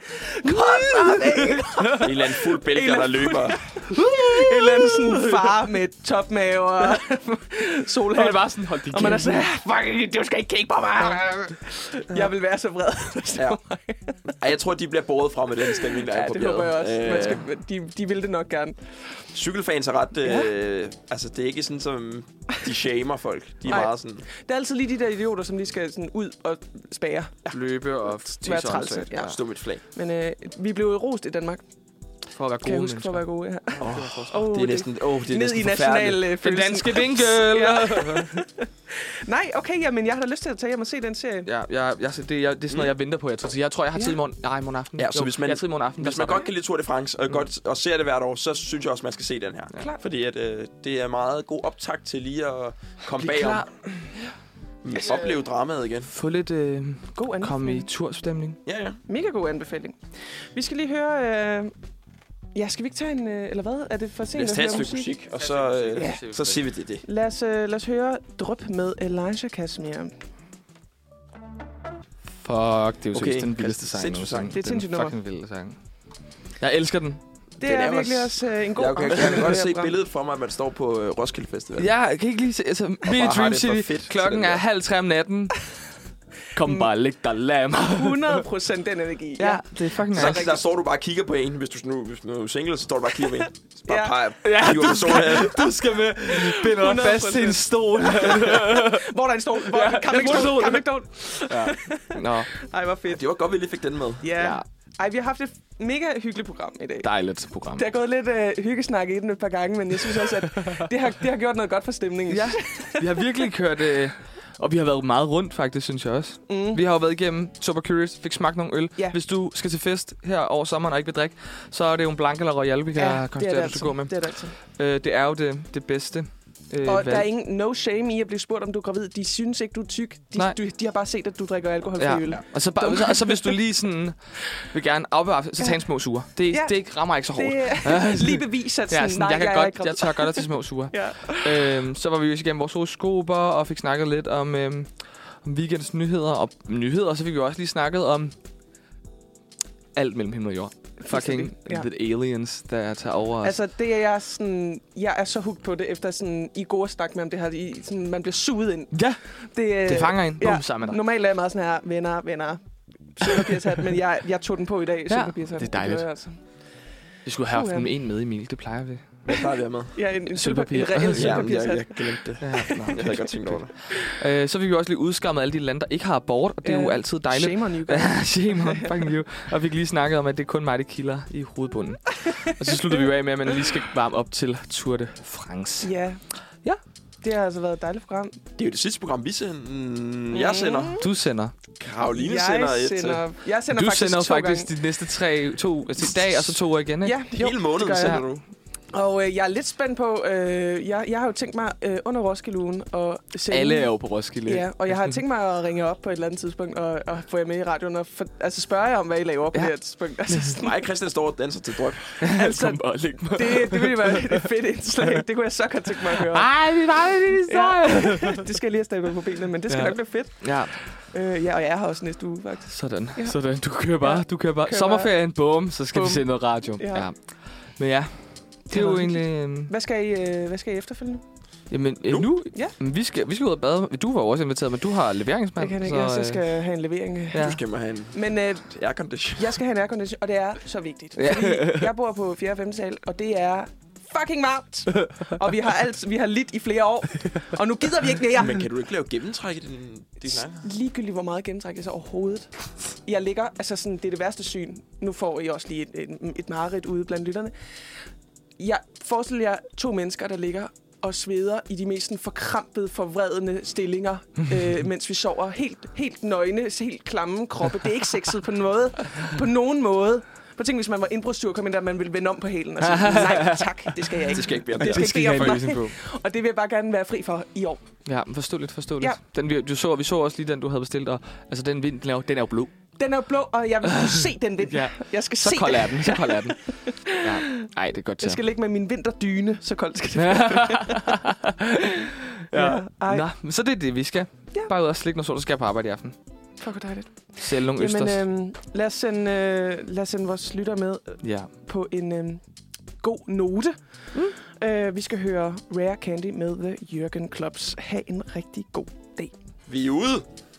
en eller anden fuld bælger, der løber. en eller anden sådan far med topmave og solhat. Og man er bare sådan, hold det og man er sådan, fuck, du skal ikke kigge på mig. Jeg vil være så vred. Jeg tror, de bliver båret fra med den stemning, der er på bjerget. Ja, det håber jeg også. De vil det nok gerne. Cykelfans er ret... altså, det er ikke sådan, som de shamer folk. De er meget sådan... Det er altid lige de der idioter, som lige skal sådan ud og spære. Løbe og være træls. Ja. Stå med et flag. Men vi blev rost i Danmark. For at være gode mennesker. For at være gode, ja. Det er næsten ned i national den danske vinkel. Nej, okay, jamen jeg har da lyst til at tage hjem og se den serie. Ja, det er sådan noget, jeg venter på. Jeg tror, jeg har tid i morgen. Nej, morgen aften. Ja, så hvis man, jeg har tid i morgen aften. Hvis man godt kan lide Tour de France og ser det hvert år, så synes jeg også, man skal se den her. Ja. Fordi at, det er meget god optakt til lige at komme bagom. Opleve dramaet igen. Få lidt god anbefaling. Komme i turstemning. Ja. Mega god anbefaling. Vi skal lige høre... skal vi ikke tage en... eller hvad? Er det for sent at høre musik? Lad os tage et stykke musik, og så siger vi det. Lad os høre Dryp med Elijah Kashmir. Fuck, det er jo seriøst den vildeste sang. Det er et sindssygt nummer. Fucking vilde sang. Jeg elsker den. Det er virkelig også en god aften. Jeg kan godt se billedet for mig, at man står på Roskilde Festival. Ja, jeg kan ikke lige se... Altså, midt i Dream City, klokken er 2:30 om natten. Kom bare, læg dig lam. 100% den energi. Ja, det er fucking nice. Der står du bare og kigger på en. Hvis du er single, så står du bare og kigger på en. Så bare peger. Du skal med. Binder dig fast til en stol. Hvor er der en stol? Kan ikke stol? Ja. Nå. Ej, hvor fedt. Det var godt, vi lige fik den med. Ja. Ej, vi har haft et mega hyggeligt program i dag. Dejligt program. Der er gået lidt hyggesnak i den et par gange, men jeg synes også, at det har gjort noget godt for stemningen. Ja, vi har virkelig kørt... Og vi har været meget rundt, faktisk, synes jeg også. Vi har jo været igennem Super Curious, fik smagt nogle øl. Ja. Hvis du skal til fest her over sommeren og ikke vil drikke, så er det jo en Blanc eller Royal, vi kan konstatere, at du skal gå med. Det er det altid. Det er jo det bedste. Og der er ingen no shame i at blive spurgt, om du er gravid. De synes ikke, du er tyk. De har bare set, at du drikker alkoholfri øl. Og så hvis du lige sådan vil gerne afbevare, så tag en små suger. Det rammer ikke så hårdt. Lige bevis, at sådan, sådan, jeg tør godt at tage små suger. Så var vi jo igennem vores horoskoper og fik snakket lidt om weekends nyheder. Og så fik vi også lige snakket om alt mellem himmel og jord. Fucking the aliens, der tager over os. Altså, det er jeg sådan... Jeg er så hooked på det, efter sådan... I går snak med om det her. Sådan, man bliver suget ind. Ja, det fanger en. Sammen med dig. Normalt er jeg meget sådan her, venner, sølvpapirshat, men jeg tog den på i dag. Det er dejligt. Vi skulle have haft en med, Emil. Det plejer vi. Hvad plejer vi med? Ja, en reel sølvpapirshat. Jeg glemte det. Jeg havde godt tænkt over det. Så fik vi også lige udskammet alle de lande, der ikke har abort, og det er jo altid dejligt. Shame on you guys. Shame on fucking you. Og vi fik lige snakket om, at det er kun mig, der kilder i hovedbunden. Og så slutter vi jo af med, at man lige skal varme op til Tour de France. Ja. Det har altså været et dejligt program. Det er jo det sidste program, vi sender. Jeg sender. Du sender. Caroline sender et. Jeg sender du faktisk sender faktisk de næste 2 dage, og så 2 uger igen, ikke? Ja, hele måneden sender du. Og jeg er lidt spændt på, jeg har jo tænkt mig under Roskilde-ugen at sende... Alle er jo på Roskilde. Ja, og jeg har tænkt mig at ringe op på et eller andet tidspunkt og få jer med i radioen og spørge jer om, hvad I laver på det her tidspunkt. Altså, Mig og Christian står og danser til drøb. altså, Kom bare, læg mig. det ville være et fedt indslag. Det kunne jeg så godt tænke mig at høre. Ej, vi var i din historie. Ja. Det skal jeg lige have stablet på benene, men det skal nok blive fedt. Ja. Ja, og jeg er her også næste uge, faktisk. Sådan. Ja. Sådan. Du kører bare. Ja. Du kører bare. Kører Sommerferien, bum, så skal Bum. vi se noget radio. Ja. Men ja, det er jo egentlig... Hvad skal I efterfølgende? Jamen, Nu? nu? Ja. Men vi skal ud og bade. Du var jo også inviteret, men du har leveringsmand. Det kan jeg ikke. Jeg skal have en levering. Ja. Du skal have en Men aircondition. jeg skal have en aircondition, og det er så vigtigt. Ja. Fordi jeg bor på 4. og 5. sal, og det er fucking varmt. Og vi har lidt i flere år. Og nu gider vi ikke mere. Men kan du ikke lave gennemtræk i din lejlighed? Ligegyldigt, hvor meget gennemtræk jeg så overhovedet. Jeg ligger, altså sådan, det er det værste syn. Nu får I også lige et mareridt ude blandt lytterne. Jeg forestiller jer 2 mennesker, der ligger og sveder i de mest sådan forkrampede, forvredende stillinger, mens vi sover. Helt nøgne, helt klamme kroppe. Det er ikke sexet på nogen måde. På ting, hvis man var indbrudstyv og kom ind der, man ville vende om på hælen og sige, nej tak, det skal jeg ikke. Det skal jeg ikke bede om. Det skal skal ikke I bede have om en mig. løsning på. Og det vil jeg bare gerne være fri for i år. Ja, forståeligt. Ja. Vi så også lige den, du havde bestilt, og altså den vind, den er jo blå. Den er jo blå, og jeg vil se den vind. Ja. Jeg skal Så se kold den. er den, så kold er den. Ja. Ej, det er godt til. Jeg skal ligge med min vinterdyne, så koldt skal det være. Ja. Ej. Nå, men så det er det, vi skal. Ja. Bare ud og slikke noget sol, så skal jeg på arbejde i aften. Fuck, hvor dejligt. Sælge nogle østers. Jamen, lad os sende vores lytter med Ja. på en god note. Vi skal høre Rare Candy med The Jürgen Clubs. Ha' en rigtig god dag. Vi er ude.